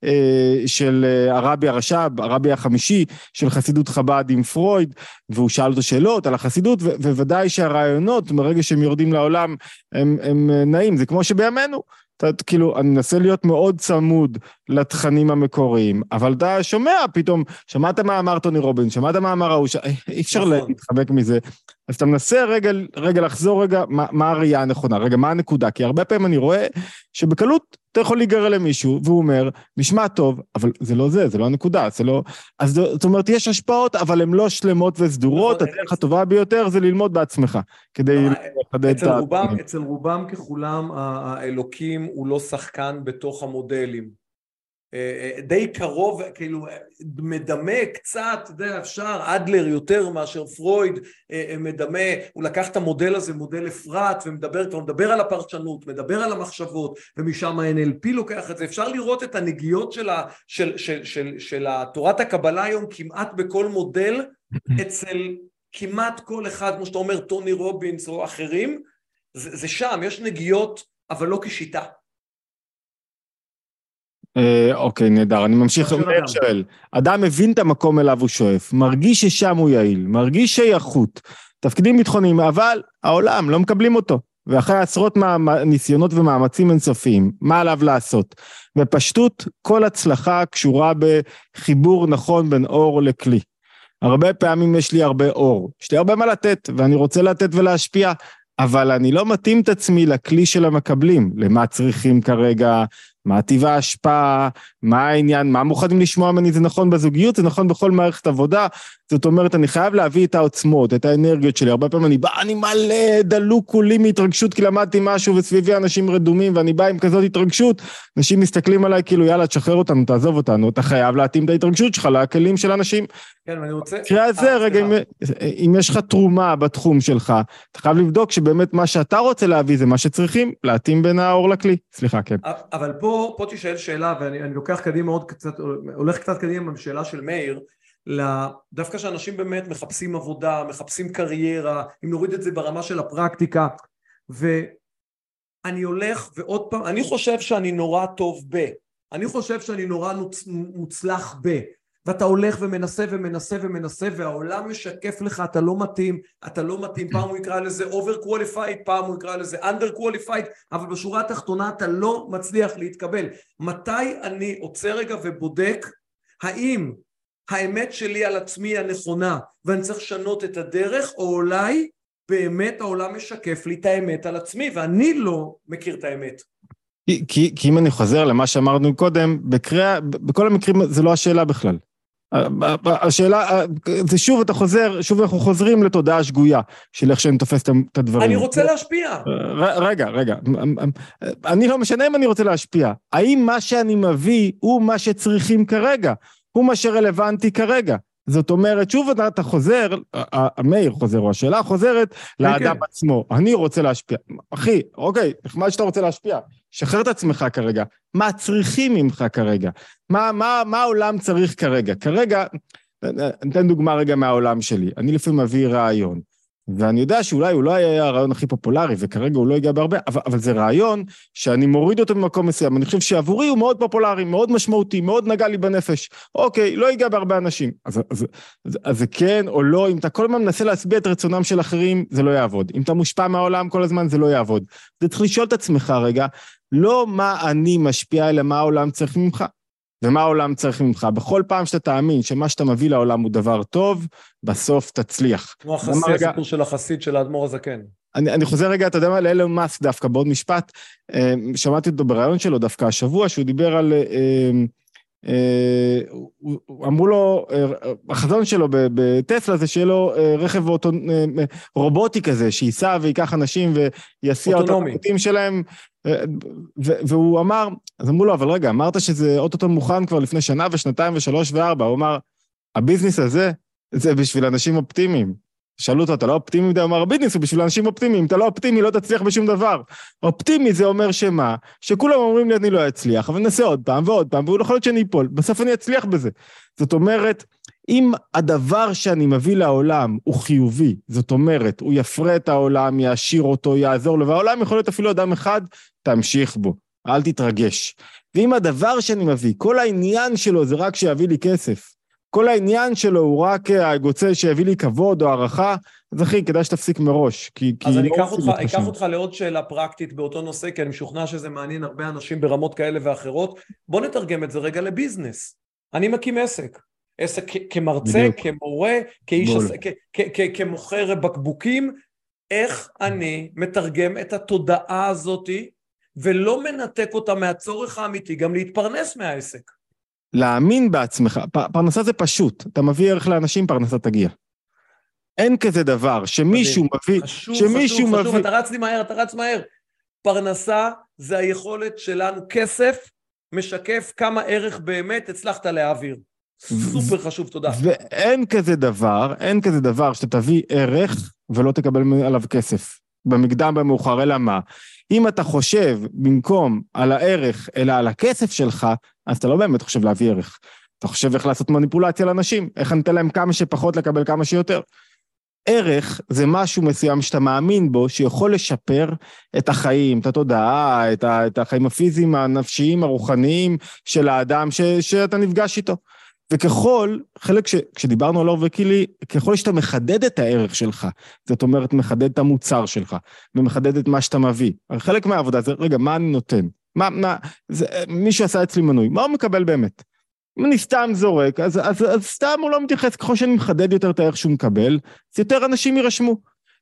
של הרבי הרש"ב, הרבי החמישי של חסידות חב"ד עם פרויד, והוא שאל אותו שאלות על החסידות, וודאי שהרעיונות, ברגע שהם יורדים לעולם, הם, הם נעים, זה כמו שבימינו, אתה, כאילו, אני מנסה להיות מאוד צמוד לתכנים המקוריים, אבל אתה שומע פתאום, שמעת מה אמר טוני רובינס, שמעת מה אמר ההוא, אי אפשר להתחבק מזה, אז אתה מנסה רגע, רגע לחזור רגע, מה, מה הראייה הנכונה, רגע, מה הנקודה, כי הרבה פעמים אני רואה שבקלות אתה יכול להיגרר למישהו, והוא אומר, נשמע טוב, אבל זה לא זה, זה לא הנקודה, זה לא, אז זאת אומרת, יש השפעות, אבל הן לא שלמות וסדורות, הדרך הטובה ביותר זה ללמוד בעצמך, כדי לחדד את ה... אצל רובם ככולם, האלוקים הוא לא שחקן בתוך המודלים. די קרוב, כאילו, מדמה קצת, אתה יודע, אפשר, אדלר יותר מאשר פרויד, מדמה, הוא לקח את המודל הזה, מודל אפרת, ומדבר, כבר מדבר על הפרשנות, מדבר על המחשבות, ומשם ה-אן אל פי לוקח את זה. אפשר לראות את הנגיעות של, ה, של, של, של, של תורת הקבלה היום, כמעט בכל מודל, אצל כמעט כל אחד, כמו שאתה אומר, טוני רובינס או אחרים, זה, זה שם, יש נגיעות, אבל לא כשיטה. אוקיי, נהדר, אני ממשיך אומר שואל, אדם מבין את המקום אליו הוא שואף, מרגיש ששם הוא יעיל, מרגיש שייכות, תפקידים ביטחוניים, אבל העולם לא מקבלים אותו, ואחרי עשרות ניסיונות ומאמצים אינסופיים, מה עליו לעשות? בפשטות, כל הצלחה קשורה בחיבור נכון בין אור לכלי. הרבה פעמים יש לי הרבה אור, יש לי הרבה מה לתת, ואני רוצה לתת ולהשפיע, אבל אני לא מתאים את עצמי לכלי של המקבלים, למה צריכים כרגע, מה טבע ההשפעה, מה העניין, מה מוכנים לשמוע ממני, זה נכון בזוגיות, זה נכון בכל מערכת עבודה, זאת אומרת, אני חייב להביא את העוצמות, את האנרגיות שלי, הרבה פעמים אני בא, אני מלא, דלוק כולי מהתרגשות, כי למדתי משהו וסביבי אנשים רדומים, ואני בא עם כזאת התרגשות, אנשים מסתכלים עליי כאילו, יאללה, תשחרר אותנו, תעזוב אותנו, אתה חייב להתאים את ההתרגשות שלך לכלים של אנשים. כן, ואני רוצה... תראה זה, רגע, אם, אם יש לך תרומה בתחום שלך, אתה חייב לבדוק שבאמת מה שאתה רוצה להביא זה מה שצריכים, להתאים בין האור לכלי. סליחה, כן. אבל פה, פה תשאל שאלה, ואני אני לוקח קדימה עוד קצת, הולך קצת קדימה בשאלה של מאיר, דווקא שאנשים באמת מחפשים עבודה, מחפשים קריירה, אם נוריד את זה ברמה של הפרקטיקה, ו, אני הולך ועוד פעם, אני חושב שאני נורא טוב ב, אני חושב שאני נורא מוצלח ב, ואתה הולך ומנסה ומנסה ומנסה, והעולם משקף לך, אתה לא מתאים, אתה לא מתאים, פעם הוא יקרא לזה over qualified, פעם הוא יקרא לזה under qualified, אבל בשורה התחתונה אתה לא מצליח להתקבל. מתי אני עוצר רגע ובודק, האם האמת שלי על עצמי הנכונה, ואני צריך לשנות את הדרך, או אולי באמת העולם משקף לי את האמת על עצמי, ואני לא מכיר את האמת. כי, כי, כי אם אני חוזר למה שאמרנו קודם, בקריאה, בכל המקרים זה לא השאלה בכלל. השאלה, זה שוב אתה חוזר, שוב אנחנו חוזרים לתודעה שגויה, של איך שאני תופס את הדברים. אני רוצה להשפיע. רגע, רגע, אני לא משנה אם אני רוצה להשפיע. האם מה שאני מביא הוא מה שצריכים כרגע? הוא מה שרלוונטי כרגע? זאת אומרת, שוב אתה חוזר, המאיר חוזר, או השאלה חוזרת לאדם עצמו. אני רוצה להשפיע. אחי, אוקיי, מה שאתה רוצה להשפיע? שחרר את עצמך כרגע. מה צריכים ממך כרגע? מה, מה, מה העולם צריך כרגע? כרגע, נתן דוגמה רגע מהעולם שלי. אני לפעמים מביא רעיון, ואני יודע שאולי הוא לא היה הרעיון הכי פופולרי, וכרגע הוא לא יגע בהרבה, אבל, אבל זה רעיון שאני מוריד אותו במקום מסוים. אני חושב שעבורי הוא מאוד פופולרי, מאוד משמעותי, מאוד נגע לי בנפש. אוקיי, לא יגע בהרבה אנשים. אז, אז, אז, אז זה כן או לא, אם אתה כל הזמן מנסה להסביע את רצונם של אחרים, זה לא יעבוד. אם אתה מושפע מהעולם כל הזמן, זה לא יעבוד. אתה צריך לשאול את עצמך רגע, לא מה אני משפיע, אלא מה העולם צריך ממך. ומה העולם צריך ממך? בכל פעם שאתה תאמין שמה שאתה מביא לעולם הוא דבר טוב, בסוף תצליח. כמו החסי, הסיפור של החסיד של האדמו"ר הזקן. אני, אני חוזר רגע, אתה יודע מה, לאילון מאסק דווקא, בעוד משפט, שמעתי אותו ברעיון שלו דווקא השבוע, שהוא דיבר על, אמרו לו, החזון שלו בטסלה זה שיהיה לו רכב רובוטי כזה, שייסע ויקח אנשים ויסיע אותו את שלהם, והוא אמר, אז אמרו לו, אבל רגע, אמרת שזה אוטוטו מוכן כבר לפני שנה ושנתיים ושלוש וארבע, הוא אמר, הביזנס הזה, זה בשביל אנשים אופטימיים. שאלו אותו, אתה לא אופטימי? הוא אמר, הביזנס הוא בשביל אנשים אופטימיים, אתה לא אופטימי, לא תצליח בשום דבר. אופטימי זה אומר שמה? שכולם אומרים לי, אני לא אצליח, אבל ננסה עוד פעם ועוד פעם, והוא לא יכול להיות שאני אפול, בסוף אני אצליח בזה. זאת אומרת, אם הדבר שאני מביא לעולם הוא חיובי, זאת אומרת, הוא יפרה את העולם, יעשיר אותו, יעזור לו, והעולם יכול להיות אפילו אדם אחד, תמשיך בו, אל תתרגש. ואם הדבר שאני מביא, כל העניין שלו זה רק שיביא לי כסף, כל העניין שלו הוא רק האגוצה שיביא לי כבוד או הערכה, אז אחי, כדאי שתפסיק מראש. כי, אז כי אני לא אקח אותך, אקח אותך לעוד שאלה פרקטית באותו נושא, כי אני משוכנע שזה מעניין הרבה אנשים ברמות כאלה ואחרות. בוא נתרגם את זה רגע לביזנס. אני מקים עסק. עסק כמרצה, בדיוק. כמורה, כאיש עסק, כמוכר בקבוקים. איך אני מתרגם את התודעה הזאת, ולא מנתק אותה מהצורך האמיתי, גם להתפרנס מהעסק? להאמין בעצמך, פרנסה זה פשוט, אתה מביא ערך לאנשים, פרנסה תגיע. אין כזה דבר, שמישהו מביא, חשוב, שמישהו חשוב, מביא... חשוב, אתה רץ לי מהר, אתה רץ מהר. פרנסה זה היכולת שלנו, כסף משקף כמה ערך באמת הצלחת להעביר. סופר חשוב, תודה. ואין כזה דבר, אין כזה דבר שאתה תביא ערך ולא תקבל עליו כסף. במקדם במאוחר, אלא מה? אם אתה חושב במקום על הערך, אלא על הכסף שלך, אז אתה לא באמת חושב להביא ערך. אתה חושב איך לעשות מניפולציה לאנשים, איך נתן להם כמה שפחות לקבל כמה שיותר. ערך זה משהו מסוים שאתה מאמין בו, שיכול לשפר את החיים, את התודעה, את, ה, את החיים הפיזיים, הנפשיים, הרוחניים של האדם ש, שאתה נפגש איתו. וככל, חלק ש, כשדיברנו על אור וקילי, ככל שאתה מחדד את הערך שלך, זאת אומרת, מחדד את המוצר שלך, ומחדד את מה שאתה מביא. חלק מהעבודה זה, רגע, מה אני נותן? מה, מה, זה, מישהו עשה אצלי מנוי, מה הוא מקבל באמת? אם אני סתם זורק, אז, אז, אז סתם הוא לא מתייחס, ככל שאני מחדד יותר את הערך שהוא מקבל, אז יותר אנשים יירשמו.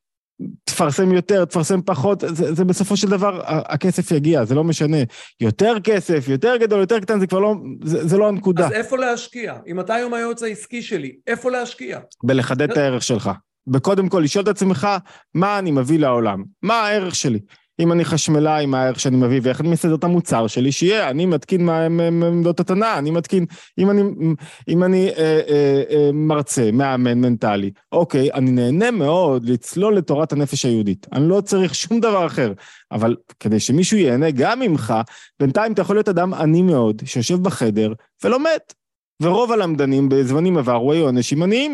תפרסם יותר, תפרסם פחות, זה, זה בסופו של דבר, הכסף יגיע, זה לא משנה. יותר כסף, יותר גדול, יותר קטן, זה כבר לא, זה, זה לא הנקודה. אז איפה להשקיע? אם אתה היום היועץ העסקי שלי, איפה להשקיע? בלחדד את הערך שלך. בקודם כל, לשאול את עצמך, מה אני מביא לעולם? מה הערך שלי? אם אני חשמלה עם הערך שאני מביא, ואיך אני מסדר את המוצר שלי, שיהיה, אני מתקין מעמדות התנאה, אני מתקין, אם אני, אם אני אה, אה, אה, מרצה, מאמן מנטלי, אוקיי, אני נהנה מאוד לצלול לתורת הנפש היהודית, אני לא צריך שום דבר אחר, אבל כדי שמישהו ייהנה גם ממך, בינתיים אתה יכול להיות אדם עני מאוד, שיושב בחדר ולומד, ורוב הלמדנים בזמנים עברו היו אנשים עניים,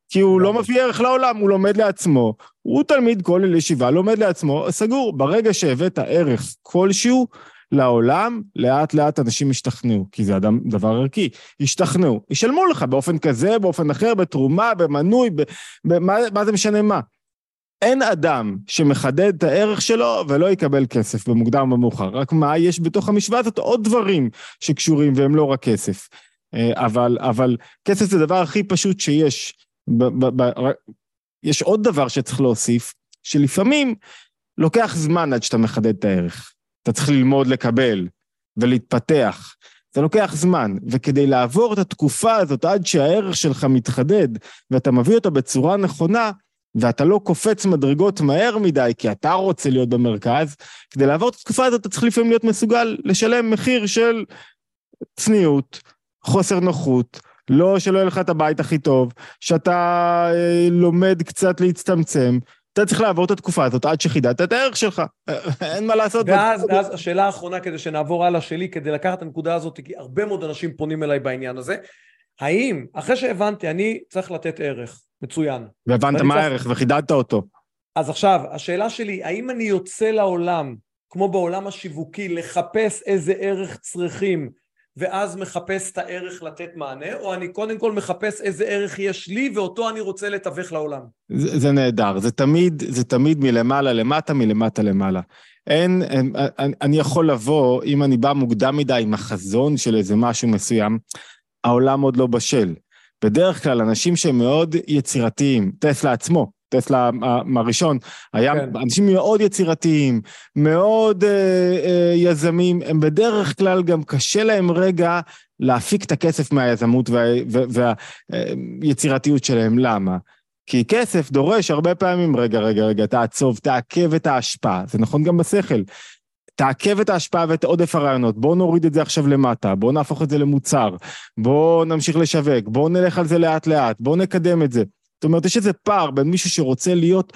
כי הוא לא מביא ערך לעולם, הוא לומד לעצמו, הוא תלמיד כל ישיבה, לומד לעצמו, סגור, ברגע שהבאת ערך כלשהו לעולם, לאט לאט אנשים ישתכנעו, כי זה אדם, דבר ערכי, ישתכנעו, ישלמו לך באופן כזה, באופן אחר, בתרומה, במנוי, ב, ב, מה, מה זה משנה מה? אין אדם שמחדד את הערך שלו ולא יקבל כסף במוקדם במאוחר, רק מה, יש בתוך המשוואה הזאת עוד דברים שקשורים והם לא רק כסף, אבל, אבל כסף זה הדבר הכי פשוט שיש, ב, ב, ב, יש עוד דבר שצריך להוסיף, שלפעמים לוקח זמן עד שאתה מחדד את הערך, אתה צריך ללמוד לקבל ולהתפתח, זה לוקח זמן, וכדי לעבור את התקופה הזאת עד שהערך שלך מתחדד, ואתה מביא אותו בצורה נכונה, ואתה לא קופץ מדרגות מהר מדי, כי אתה רוצה להיות במרכז, כדי לעבור את התקופה הזאת, אתה צריך לפעמים להיות מסוגל לשלם מחיר של צניעות, חוסר נוחות, לא שלא יהיה לך את הבית הכי טוב, שאתה אה, לומד קצת להצטמצם, אתה צריך לעבור את התקופה הזאת עד שחידדת את הערך שלך, אין מה לעשות. ואז, ואז השאלה האחרונה כדי שנעבור הלאה שלי, כדי לקחת את הנקודה הזאת, כי הרבה מאוד אנשים פונים אליי בעניין הזה, האם, אחרי שהבנתי, אני צריך לתת ערך, מצוין. והבנת מה הערך צריך... וחידדת אותו. אז עכשיו, השאלה שלי, האם אני יוצא לעולם, כמו בעולם השיווקי, לחפש איזה ערך צריכים, ואז מחפש את הערך לתת מענה, או אני קודם כל מחפש איזה ערך יש לי, ואותו אני רוצה לתווך לעולם? זה, זה נהדר, זה תמיד, זה תמיד מלמעלה למטה, מלמטה למעלה. אין, אין, אני, אני יכול לבוא, אם אני בא מוקדם מדי עם החזון של איזה משהו מסוים, העולם עוד לא בשל. בדרך כלל, אנשים שהם מאוד יצירתיים, טסלה עצמו, טסלה מהראשון, היה כן. אנשים מאוד יצירתיים, מאוד אה, אה, יזמים, הם בדרך כלל גם קשה להם רגע להפיק את הכסף מהיזמות והיצירתיות וה, וה, שלהם. למה? כי כסף דורש הרבה פעמים, רגע, רגע, רגע, תעצוב, תעכב את ההשפעה, זה נכון גם בשכל, תעכב את ההשפעה ואת עודף הרעיונות, בואו נוריד את זה עכשיו למטה, בואו נהפוך את זה למוצר, בואו נמשיך לשווק, בואו נלך על זה לאט לאט, בואו נקדם את זה. זאת אומרת, יש איזה פער בין מישהו שרוצה להיות,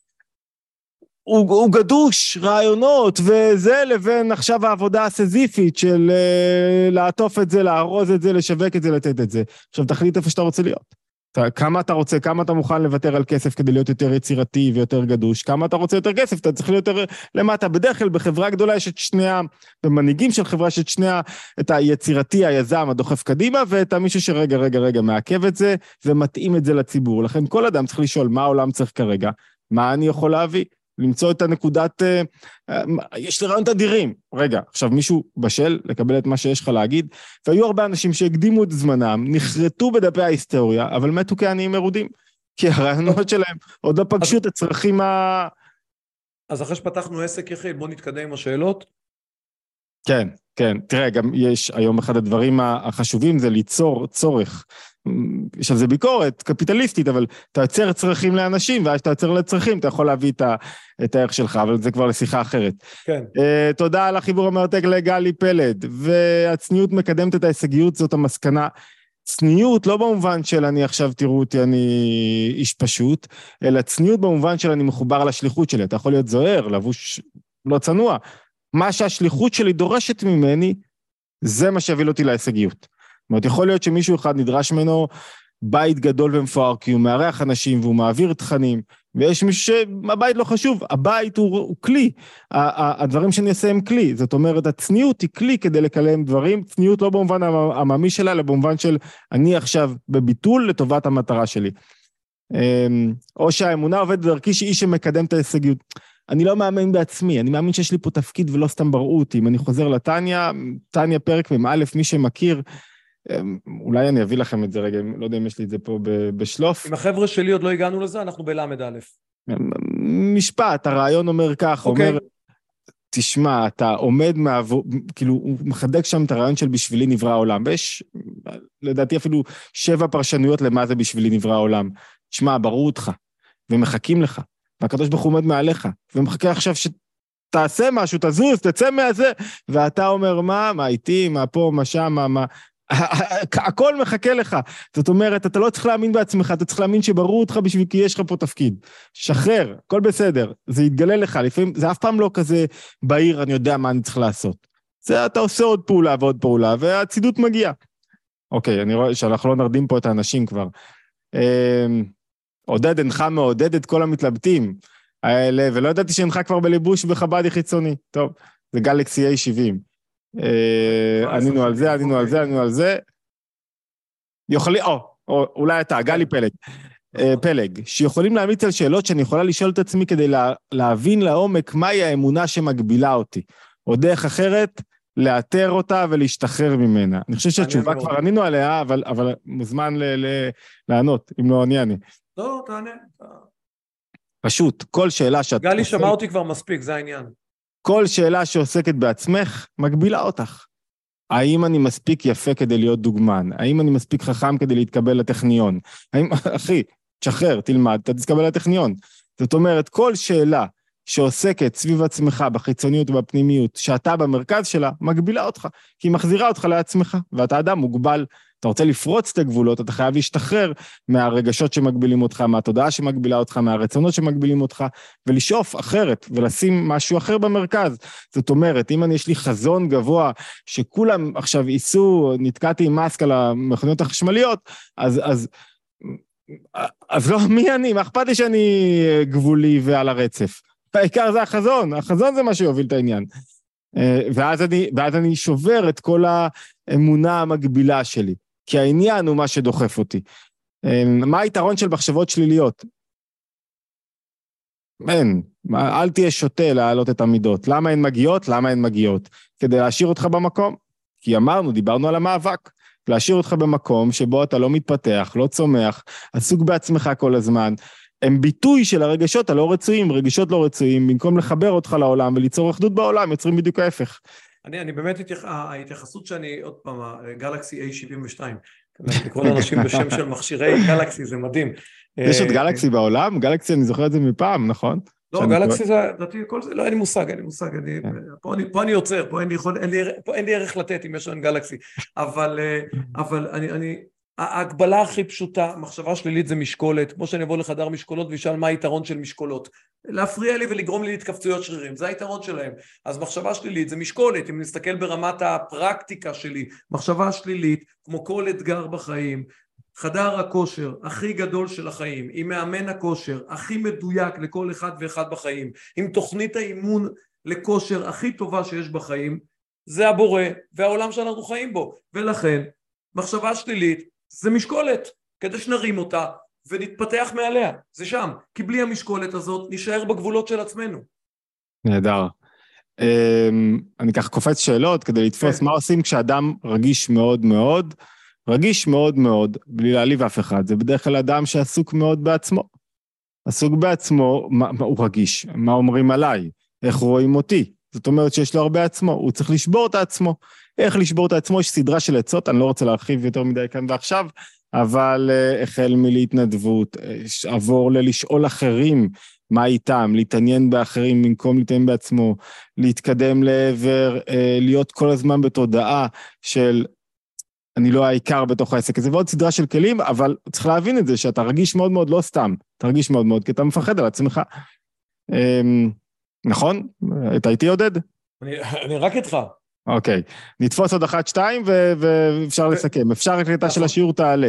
הוא, הוא גדוש, רעיונות וזה, לבין עכשיו העבודה הסזיפית של uh, לעטוף את זה, לארוז את זה, לשווק את זה, לתת את זה. עכשיו תחליט איפה שאתה רוצה להיות. אתה, כמה אתה רוצה, כמה אתה מוכן לוותר על כסף כדי להיות יותר יצירתי ויותר גדוש, כמה אתה רוצה יותר כסף, אתה צריך להיות יותר למטה. בדרך כלל בחברה גדולה יש את שני, במנהיגים של חברה יש את שני, את היצירתי, היזם, הדוחף קדימה, ואת המישהו שרגע, רגע, רגע, מעכב את זה, ומתאים את זה לציבור. לכן כל אדם צריך לשאול מה העולם צריך כרגע, מה אני יכול להביא, למצוא את הנקודת, יש לי רעיונות אדירים, רגע, עכשיו מישהו בשל לקבל את מה שיש לך להגיד, והיו הרבה אנשים שהקדימו את זמנם, נחרטו בדפי ההיסטוריה, אבל מתו כעניים מרודים, כי הרעיונות שלהם עוד לא פגשו את הצרכים ה... אז אחרי שפתחנו עסק יחיד, בוא נתקדם עם השאלות. כן, כן, תראה, גם יש היום אחד הדברים החשובים, זה ליצור צורך, יש על זה ביקורת קפיטליסטית, אבל אתה יוצר צרכים לאנשים, ואז שאתה יוצר לצרכים, אתה יכול להביא את, ה, את הערך שלך, אבל זה כבר לשיחה אחרת. כן. Uh, תודה על החיבור המרתק לגלי פלד, והצניעות מקדמת את ההישגיות, זאת המסקנה. צניעות לא במובן של אני עכשיו תראו אותי, אני איש פשוט, אלא צניעות במובן של אני מחובר לשליחות שלי, אתה יכול להיות זוהר, לבוש לא צנוע. מה שהשליחות שלי דורשת ממני, זה מה שהביא אותי להישגיות. זאת אומרת, יכול להיות שמישהו אחד נדרש ממנו בית גדול ומפואר, כי הוא מארח אנשים והוא מעביר תכנים, ויש מישהו שהבית לא חשוב, הבית הוא, הוא כלי, הדברים שאני אעשה הם כלי, זאת אומרת, הצניעות היא כלי כדי לקיים דברים, צניעות לא במובן המאמי שלה, אלא במובן של אני עכשיו בביטול לטובת המטרה שלי. או שהאמונה עובדת דרכי שהיא שמקדם את ההישגיות. אני לא מאמין בעצמי, אני מאמין שיש לי פה תפקיד ולא סתם בראו אותי. אם אני חוזר לתניה, תניה פרק ממא', מי שמכיר, אולי אני אביא לכם את זה רגע, לא יודע אם יש לי את זה פה בשלוף. עם החבר'ה שלי עוד לא הגענו לזה, אנחנו בלמד א'. משפט, הרעיון אומר כך, אוקיי. אומר, תשמע, אתה עומד מעבור, כאילו, הוא מחדק שם את הרעיון של בשבילי נברא העולם, ויש, לדעתי אפילו שבע פרשנויות למה זה בשבילי נברא העולם. תשמע, בראו אותך, ומחכים לך, והקדוש ברוך הוא עומד מעליך, ומחכה עכשיו שתעשה משהו, תזוז, תצא מהזה, ואתה אומר, מה, מה איתי, מה פה, מה שם, מה, מה, הכל מחכה לך. זאת אומרת, אתה לא צריך להאמין בעצמך, אתה צריך להאמין שבראו אותך בשביל כי יש לך פה תפקיד. שחרר, הכל בסדר, זה יתגלה לך, לפעמים, זה אף פעם לא כזה בעיר, אני יודע מה אני צריך לעשות. זה אתה עושה עוד פעולה ועוד פעולה, והצידות מגיעה. אוקיי, אני רואה שאנחנו לא נרדים פה את האנשים כבר. עודד, אינך מעודד את כל המתלבטים האלה, ולא ידעתי שאינך כבר בליבוש בחב"די חיצוני. טוב, זה גלקסי איי שבעים. ענינו על זה, ענינו על זה, ענינו על זה. יכולים, או, אולי אתה, גלי פלג. פלג, שיכולים להמיץ על שאלות שאני יכולה לשאול את עצמי כדי לה, להבין לעומק מהי האמונה שמגבילה אותי, או דרך אחרת, לאתר אותה ולהשתחרר ממנה. אני חושב שהתשובה כבר ענינו עליה, אבל, אבל מוזמן ל, ל, לענות, אם לא אני אני. לא, תענה. פשוט, כל שאלה שאת... גלי שמע אותי כבר מספיק, זה העניין. כל שאלה שעוסקת בעצמך, מגבילה אותך. האם אני מספיק יפה כדי להיות דוגמן? האם אני מספיק חכם כדי להתקבל לטכניון? האם, אחי, תשחרר, תלמד, אתה תתקבל לטכניון. זאת אומרת, כל שאלה שעוסקת סביב עצמך, בחיצוניות ובפנימיות, שאתה במרכז שלה, מגבילה אותך, כי היא מחזירה אותך לעצמך, ואתה אדם מוגבל. אתה רוצה לפרוץ את הגבולות, אתה חייב להשתחרר מהרגשות שמגבילים אותך, מהתודעה שמגבילה אותך, מהרצונות שמגבילים אותך, ולשאוף אחרת, ולשים משהו אחר במרכז. זאת אומרת, אם אני יש לי חזון גבוה, שכולם עכשיו ייסעו, נתקעתי עם מסק על המכוניות החשמליות, אז, אז, אז לא, מי אני? מה אכפת לי שאני גבולי ועל הרצף? העיקר זה החזון, החזון זה מה שיוביל את העניין. ואז אני, ואז אני שובר את כל האמונה המגבילה שלי, כי העניין הוא מה שדוחף אותי. מה היתרון של מחשבות שליליות? אין, אל תהיה שוטה להעלות את המידות. למה הן מגיעות? למה הן מגיעות? כדי להשאיר אותך במקום. כי אמרנו, דיברנו על המאבק. להשאיר אותך במקום שבו אתה לא מתפתח, לא צומח, עסוק בעצמך כל הזמן. הם ביטוי של הרגשות הלא רצויים, רגשות לא רצויים, במקום לחבר אותך לעולם וליצור אחדות בעולם, יוצרים בדיוק ההפך. אני, אני באמת, ההתייחסות שאני, עוד פעם, גלקסי איי שבעים ושתיים, לקרוא לאנשים בשם של מכשירי גלקסי, זה מדהים. יש עוד גלקסי בעולם? גלקסי, אני זוכר את זה מפעם, נכון? לא, גלקסי זה, כל זה, לא, אין לי מושג, אין לי מושג, אני, פה, אני, פה אני יוצר, פה אין לי, יכול, אין לי, פה אין לי ערך לתת אם יש לנו גלקסי, אבל, אבל אני, אני, ההגבלה הכי פשוטה, מחשבה שלילית זה משקולת, כמו שאני אבוא לחדר משקולות וישאל מה היתרון של משקולות, להפריע לי ולגרום לי להתכווצויות שרירים, זה היתרון שלהם. אז מחשבה שלילית זה משקולת, אם נסתכל ברמת הפרקטיקה שלי, מחשבה שלילית, כמו כל אתגר בחיים, חדר הכושר הכי גדול של החיים, עם מאמן הכושר הכי מדויק לכל אחד ואחד בחיים, עם תוכנית האימון לכושר הכי טובה שיש בחיים, זה הבורא והעולם שאנחנו חיים בו, ולכן מחשבה שלילית זה משקולת, כדי שנרים אותה ונתפתח מעליה, זה שם, כי בלי המשקולת הזאת נשאר בגבולות של עצמנו. נהדר. אני כך קופץ שאלות כדי לתפוס מה עושים כשאדם רגיש מאוד מאוד, רגיש מאוד מאוד, בלי להעליב אף אחד, זה בדרך כלל אדם שעסוק מאוד בעצמו. עסוק בעצמו, מה, מה הוא רגיש, מה אומרים עליי, איך רואים אותי, זאת אומרת שיש לו הרבה עצמו, הוא צריך לשבור את עצמו. איך לשבור את עצמו, יש סדרה של עצות, אני לא רוצה להרחיב יותר מדי כאן ועכשיו, אבל uh, החל מלהתנדבות, uh, עבור ללשאול אחרים מה איתם, להתעניין באחרים במקום להתעניין בעצמו, להתקדם לעבר, uh, להיות כל הזמן בתודעה של אני לא העיקר בתוך העסק הזה, ועוד סדרה של כלים, אבל צריך להבין את זה, שאתה רגיש מאוד מאוד לא סתם, אתה רגיש מאוד מאוד, כי אתה מפחד על עצמך. Um, נכון? אתה איתי עודד? אני, אני רק איתך. אוקיי, נתפוס עוד אחת, שתיים, ואפשר לסכם. אפשר הקלטה של השיעור תעלה.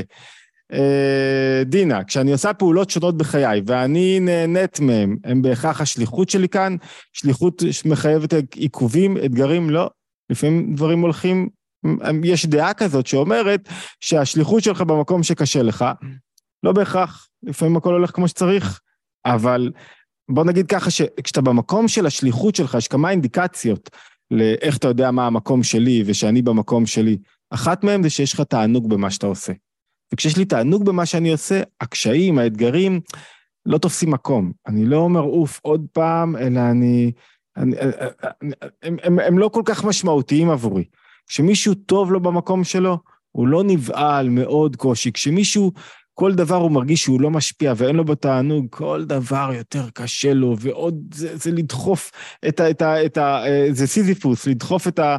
דינה, כשאני עושה פעולות שונות בחיי, ואני נהנית מהם, הם בהכרח השליחות שלי כאן, שליחות שמחייבת עיכובים, אתגרים, לא. לפעמים דברים הולכים, יש דעה כזאת שאומרת, שהשליחות שלך במקום שקשה לך, לא בהכרח, לפעמים הכל הולך כמו שצריך, אבל בוא נגיד ככה, שכשאתה במקום של השליחות שלך, יש כמה אינדיקציות, לאיך אתה יודע מה המקום שלי, ושאני במקום שלי. אחת מהם זה שיש לך תענוג במה שאתה עושה. וכשיש לי תענוג במה שאני עושה, הקשיים, האתגרים, לא תופסים מקום. אני לא אומר אוף עוד פעם, אלא אני, אני הם, הם, הם לא כל כך משמעותיים עבורי. כשמישהו טוב לו במקום שלו, הוא לא נבעל מאוד קושי. כשמישהו, כל דבר הוא מרגיש שהוא לא משפיע, ואין לו בתענוג, כל דבר יותר קשה לו, ועוד זה, זה לדחוף את ה, את ה, את ה, זה סיזיפוס, לדחוף את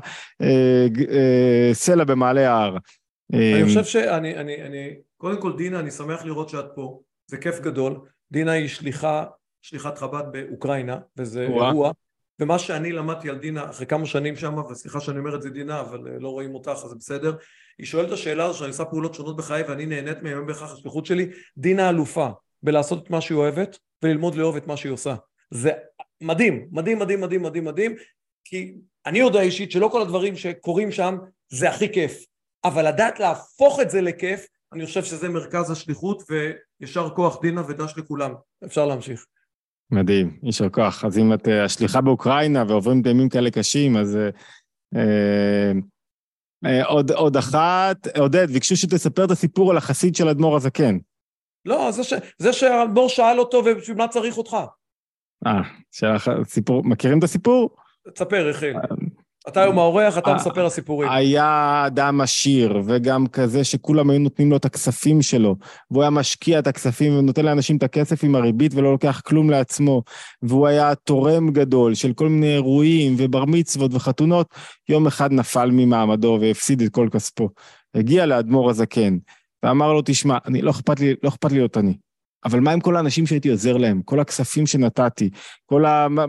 הסלע במעלה ההר. אני חושב שאני, אני, אני, קודם כל דינה, אני שמח לראות שאת פה, זה כיף גדול. דינה היא שליחה, שליחת חב"ד באוקראינה, וזה אירוע, ומה שאני למדתי על דינה, אחרי כמה שנים שם, וסליחה שאני אומר את זה דינה, אבל לא רואים אותך, אז זה בסדר, היא שואלת השאלה הזו שאני עושה פעולות שונות בחיי, ואני נהנית מהם בהכרח השליחות שלי, דינה אלופה, בלעשות את מה שהיא אוהבת, וללמוד לאהוב את מה שהיא עושה. זה מדהים, מדהים, מדהים, מדהים, מדהים, מדהים, כי אני יודע אישית שלא כל הדברים שקורים שם, זה הכי כיף. אבל לדעת להפוך את זה לכיף, אני חושב שזה מרכז השליחות, וישר כוח דינה ודש לכולם. אפשר להמשיך. מדהים, יישר כוח. אז אם את השליחה באוקראינה ועוברים בימים כאלה קשים, אז אה, אה, עוד, עוד אחת, עודד, ביקשו שתספר את הסיפור על החסיד של אדמו"ר הזקן. לא, זה, ש... זה שהאדמו"ר שאל אותו ובשביל מה צריך אותך. אה, סיפור, מכירים את הסיפור? תספר, יחיל. אתה היום האורח, אתה מספר הסיפורים. היה אדם עשיר, וגם כזה שכולם היו נותנים לו את הכספים שלו, והוא היה משקיע את הכספים, ונותן לאנשים את הכסף עם הריבית, ולא לוקח כלום לעצמו, והוא היה תורם גדול של כל מיני אירועים, ובר מצוות וחתונות, יום אחד נפל ממעמדו, והפסיד את כל כספו. הגיע לאדמו"ר הזקן, ואמר לו, תשמע, אני, לא אכפת לי, לא אכפת לי להיות אני. אבל מה עם כל האנשים שהייתי עוזר להם? כל הכספים שנתתי, כל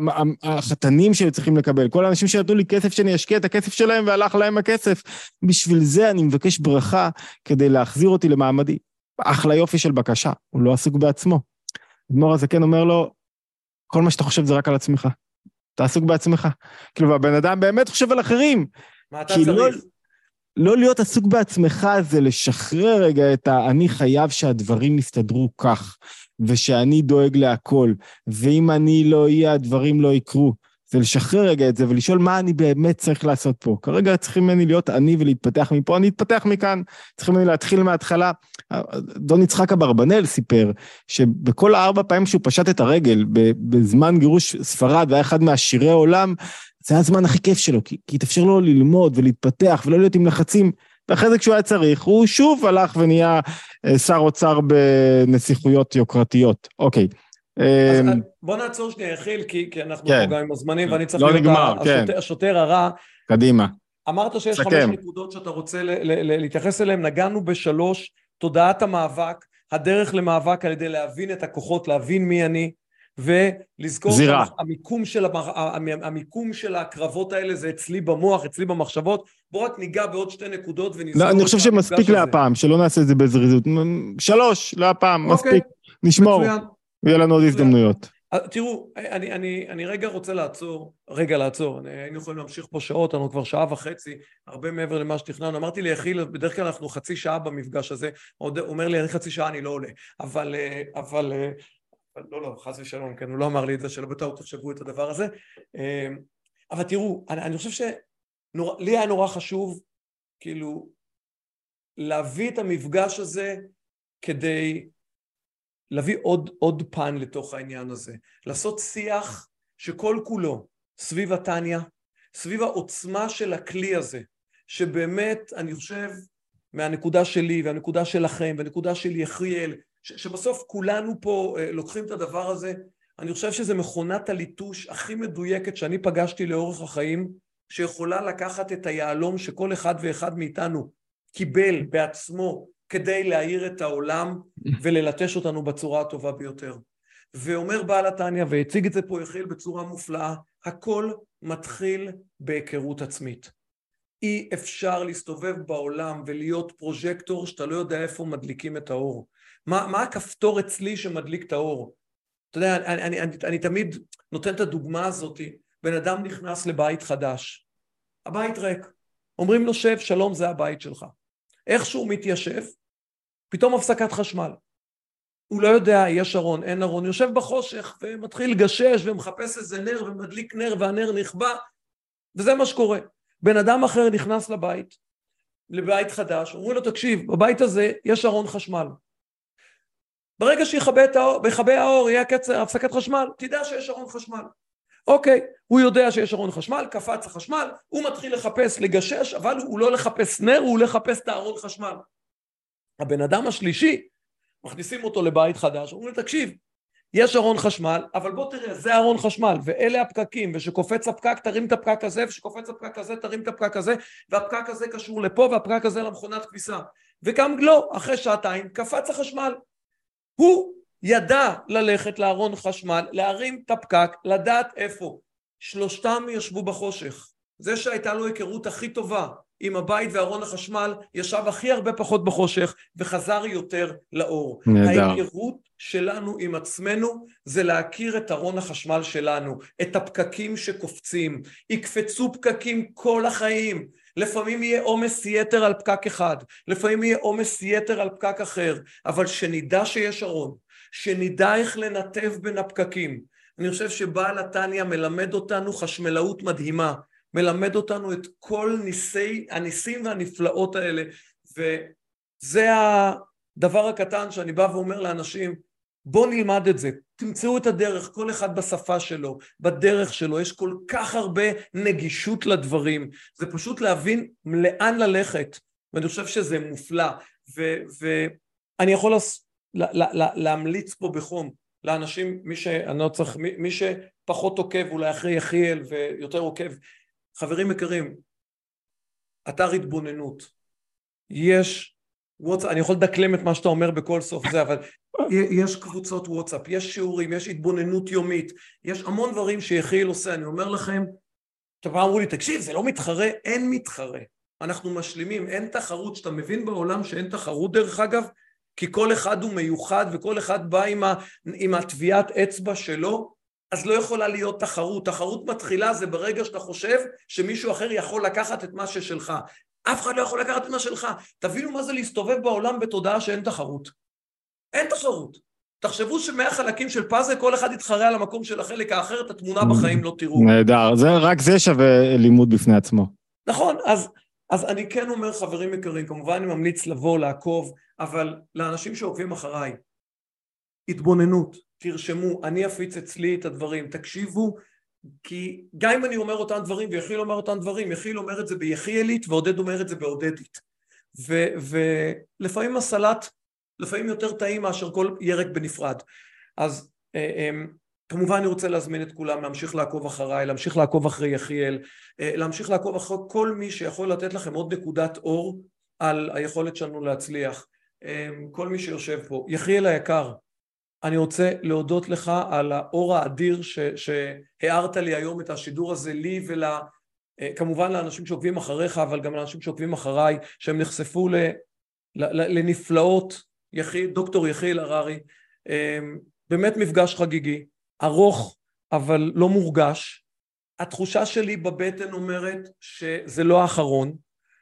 החתנים שהיו צריכים לקבל, כל האנשים שנתנו לי כסף שאני אשקיע את הכסף שלהם והלך להם הכסף. בשביל זה אני מבקש ברכה כדי להחזיר אותי למעמדי. אחלה יופי של בקשה, הוא לא עסוק בעצמו. אדמו"ר הזקן אומר לו, כל מה שאתה חושב זה רק על עצמך. אתה עסוק בעצמך. כאילו, הבן אדם באמת חושב על אחרים. מה אתה צריך? לא... לא להיות עסוק בעצמך זה לשחרר רגע את ה... אני חייב שהדברים יסתדרו כך, ושאני דואג להכל, ואם אני לא אהיה, הדברים לא יקרו. זה לשחרר רגע את זה, ולשאול מה אני באמת צריך לעשות פה. כרגע צריכים ממני להיות אני ולהתפתח מפה, אני אתפתח מכאן, צריכים ממני להתחיל מההתחלה. דון יצחק אברבנאל סיפר, שבכל הארבע פעמים שהוא פשט את הרגל, בזמן גירוש ספרד, והיה אחד מהשירי העולם, זה היה הזמן הכי כיף שלו, כי, כי התאפשר לו ללמוד ולהתפתח, ולא להיות עם לחצים, ואחרי זה כשהוא היה צריך, הוא שוב הלך ונהיה שר אוצר בנסיכויות יוקרתיות. אוקיי. אז בוא נעצור שנייה, יחיל, כי, כי אנחנו כן. פה גם עם הזמנים, ואני צריך לא להיות נגמר, השוטר, כן. השוטר הרע. קדימה. אמרת שיש סכם. חמש נקודות שאתה רוצה ל- ל- ל- להתייחס אליהם, נגענו בשלוש, תודעת המאבק, הדרך למאבק על ידי להבין את הכוחות, להבין מי אני, ולזכור זירה. שהמיקום של, המיקום של הקרבות האלה זה אצלי במוח, אצלי במחשבות. בוא רק ניגע בעוד שתי נקודות ונזכור. לא, אני חושב שמספיק להפעם, שלא נעשה את זה בזריזות. שלוש, להפעם, מספיק. נשמור. ויהיה לנו עוד הזדמנויות. תראו, אני, אני, אני רגע רוצה לעצור, רגע לעצור, היינו יכולים להמשיך פה שעות, אנחנו כבר שעה וחצי, הרבה מעבר למה שתכננו. אמרתי לי, יחיל, בדרך כלל אנחנו חצי שעה במפגש הזה, הוא אומר לי, אני חצי שעה, אני לא עולה. אבל, אבל, לא, לא, חס ושלום, כן, הוא לא אמר לי את זה, שלא בטעות תחשבו את הדבר הזה. אבל תראו, אני, אני חושב שלי היה נורא חשוב, כאילו, להביא את המפגש הזה כדי להביא עוד, עוד פן לתוך העניין הזה. לעשות שיח שכל כולו סביב התניה, סביב העוצמה של הכלי הזה, שבאמת, אני חושב, מהנקודה שלי והנקודה שלכם והנקודה של יחיאל, שבסוף כולנו פה לוקחים את הדבר הזה. אני חושב שזה מכונת הליטוש הכי מדויקת שאני פגשתי לאורך החיים, שיכולה לקחת את היעלום שכל אחד ואחד מאיתנו קיבל בעצמו כדי להאיר את העולם וללטש אותנו בצורה הטובה ביותר. ואומר בעל התניה, והציג את זה פה יחיל בצורה מופלאה, הכל מתחיל בהיכרות עצמית. אי אפשר להסתובב בעולם ולהיות פרוז'קטור שאתה לא יודע איפה מדליקים את האור. מה, מה הכפתור אצלי שמדליק את האור? אתה יודע, אני, אני, אני, אני תמיד נותן את הדוגמה הזאת, בן אדם נכנס לבית חדש, הבית ריק, אומרים לו שב, שלום, זה הבית שלך. איך שהוא מתיישב, פתאום הפסקת חשמל. הוא לא יודע, יש ארון, אין ארון, יושב בחושך ומתחיל לגשש ומחפש איזה נר ומדליק נר והנר נכבה, וזה מה שקורה. בן אדם אחר נכנס לבית, לבית חדש, אומרים לו, תקשיב, בבית הזה יש ארון חשמל. ברגע שיכבה האור, יהיה קצר, הפסקת חשמל, תדע שיש ארון חשמל. אוקיי, הוא יודע שיש ארון חשמל, קפץ החשמל, הוא מתחיל לחפש, לגשש, אבל הוא לא לחפש נר, הוא לחפש את הארון חשמל. הבן אדם השלישי, מכניסים אותו לבית חדש, אומרים לו, תקשיב, יש ארון חשמל, אבל בוא תראה, זה ארון חשמל, ואלה הפקקים, ושקופץ הפקק, תרים את הפקק הזה, ושקופץ הפקק הזה, תרים את הפקק הזה, והפקק הזה קשור לפה, והפקק הזה למכונת כביסה. וגם לא, אחרי שעתיים, קפץ החשמל. הוא ידע ללכת לארון חשמל, להרים את הפקק, לדעת איפה. שלושתם ישבו בחושך. זה שהייתה לו היכרות הכי טובה עם הבית וארון החשמל, ישב הכי הרבה פחות בחושך וחזר יותר לאור. נהדר. ההיכרות שלנו עם עצמנו זה להכיר את ארון החשמל שלנו, את הפקקים שקופצים, יקפצו פקקים כל החיים, לפעמים יהיה עומס יתר על פקק אחד, לפעמים יהיה עומס יתר על פקק אחר, אבל שנדע שיש ארון, שנדע איך לנתב בין הפקקים. אני חושב שבעל התניא מלמד אותנו חשמלאות מדהימה, מלמד אותנו את כל ניסי, הניסים והנפלאות האלה, וזה הדבר הקטן שאני בא ואומר לאנשים, בוא נלמד את זה, תמצאו את הדרך, כל אחד בשפה שלו, בדרך שלו, יש כל כך הרבה נגישות לדברים, זה פשוט להבין לאן ללכת, ואני חושב שזה מופלא, ואני יכול לס... לה, לה, להמליץ פה בחום, לאנשים, מי, שאני לא צריך, מי, מי שפחות עוקב, אולי אחרי יחיאל ויותר עוקב, חברים יקרים, אתר התבוננות, יש וואטסאפ, אני יכול לדקלם את מה שאתה אומר בכל סוף זה, אבל יש קבוצות וואטסאפ, יש שיעורים, יש התבוננות יומית, יש המון דברים שיחיאל עושה, אני אומר לכם, פעם אמרו לי, תקשיב, זה לא מתחרה, אין מתחרה, אנחנו משלימים, אין תחרות, שאתה מבין בעולם שאין תחרות דרך אגב, כי כל אחד הוא מיוחד, וכל אחד בא עם, ה, עם התביעת אצבע שלו, אז לא יכולה להיות תחרות. תחרות מתחילה זה ברגע שאתה חושב שמישהו אחר יכול לקחת את מה ששלך. אף אחד לא יכול לקחת את מה שלך. תבינו מה זה להסתובב בעולם בתודעה שאין תחרות. אין תחרות. תחשבו שמאה חלקים של פאזל, כל אחד יתחרה על המקום של החלק האחר, את התמונה בחיים לא תראו. נהדר, זה, רק זה שווה לימוד בפני עצמו. נכון, אז, אז אני כן אומר, חברים יקרים, כמובן אני ממליץ לבוא, לעקוב, אבל לאנשים שעוקבים אחריי, התבוננות, תרשמו, אני אפיץ אצלי את הדברים, תקשיבו, כי גם אם אני אומר אותם דברים, ויחיל אומר אותם דברים, יחיל אומר את זה ביחיאלית, ועודד אומר את זה בעודדית. ולפעמים הסלט, לפעמים יותר טעים מאשר כל ירק בנפרד. אז כמובן אני רוצה להזמין את כולם, להמשיך לעקוב אחריי, להמשיך לעקוב אחרי יחיאל, להמשיך לעקוב אחרי כל מי שיכול לתת לכם עוד נקודת אור על היכולת שלנו להצליח. כל מי שיושב פה. יחיאל היקר, אני רוצה להודות לך על האור האדיר ש, שהארת לי היום את השידור הזה לי ול... כמובן לאנשים שעוקבים אחריך, אבל גם לאנשים שעוקבים אחריי, שהם נחשפו ל, ל, לנפלאות יחיל, דוקטור יחיאל הררי. באמת מפגש חגיגי, ארוך אבל לא מורגש. התחושה שלי בבטן אומרת שזה לא האחרון,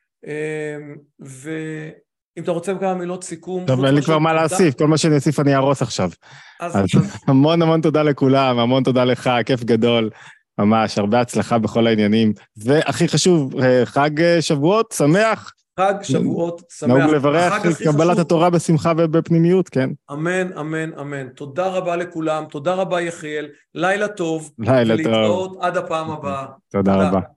ו... אם אתה רוצה כמה מילות סיכום... טוב, אין לי כבר מה להוסיף, כל מה שאני אוסיף אני ארוס עכשיו. אז המון המון תודה לכולם, המון תודה לך, כיף גדול, ממש, הרבה הצלחה בכל העניינים, והכי חשוב, חג שבועות, שמח. חג שבועות, שמח. נהוג לברך קבלת התורה בשמחה ובפנימיות, כן. אמן, אמן, אמן. תודה רבה לכולם, תודה רבה יחיאל, לילה טוב. לילה טוב. ולהתראות עד הפעם הבאה. תודה רבה.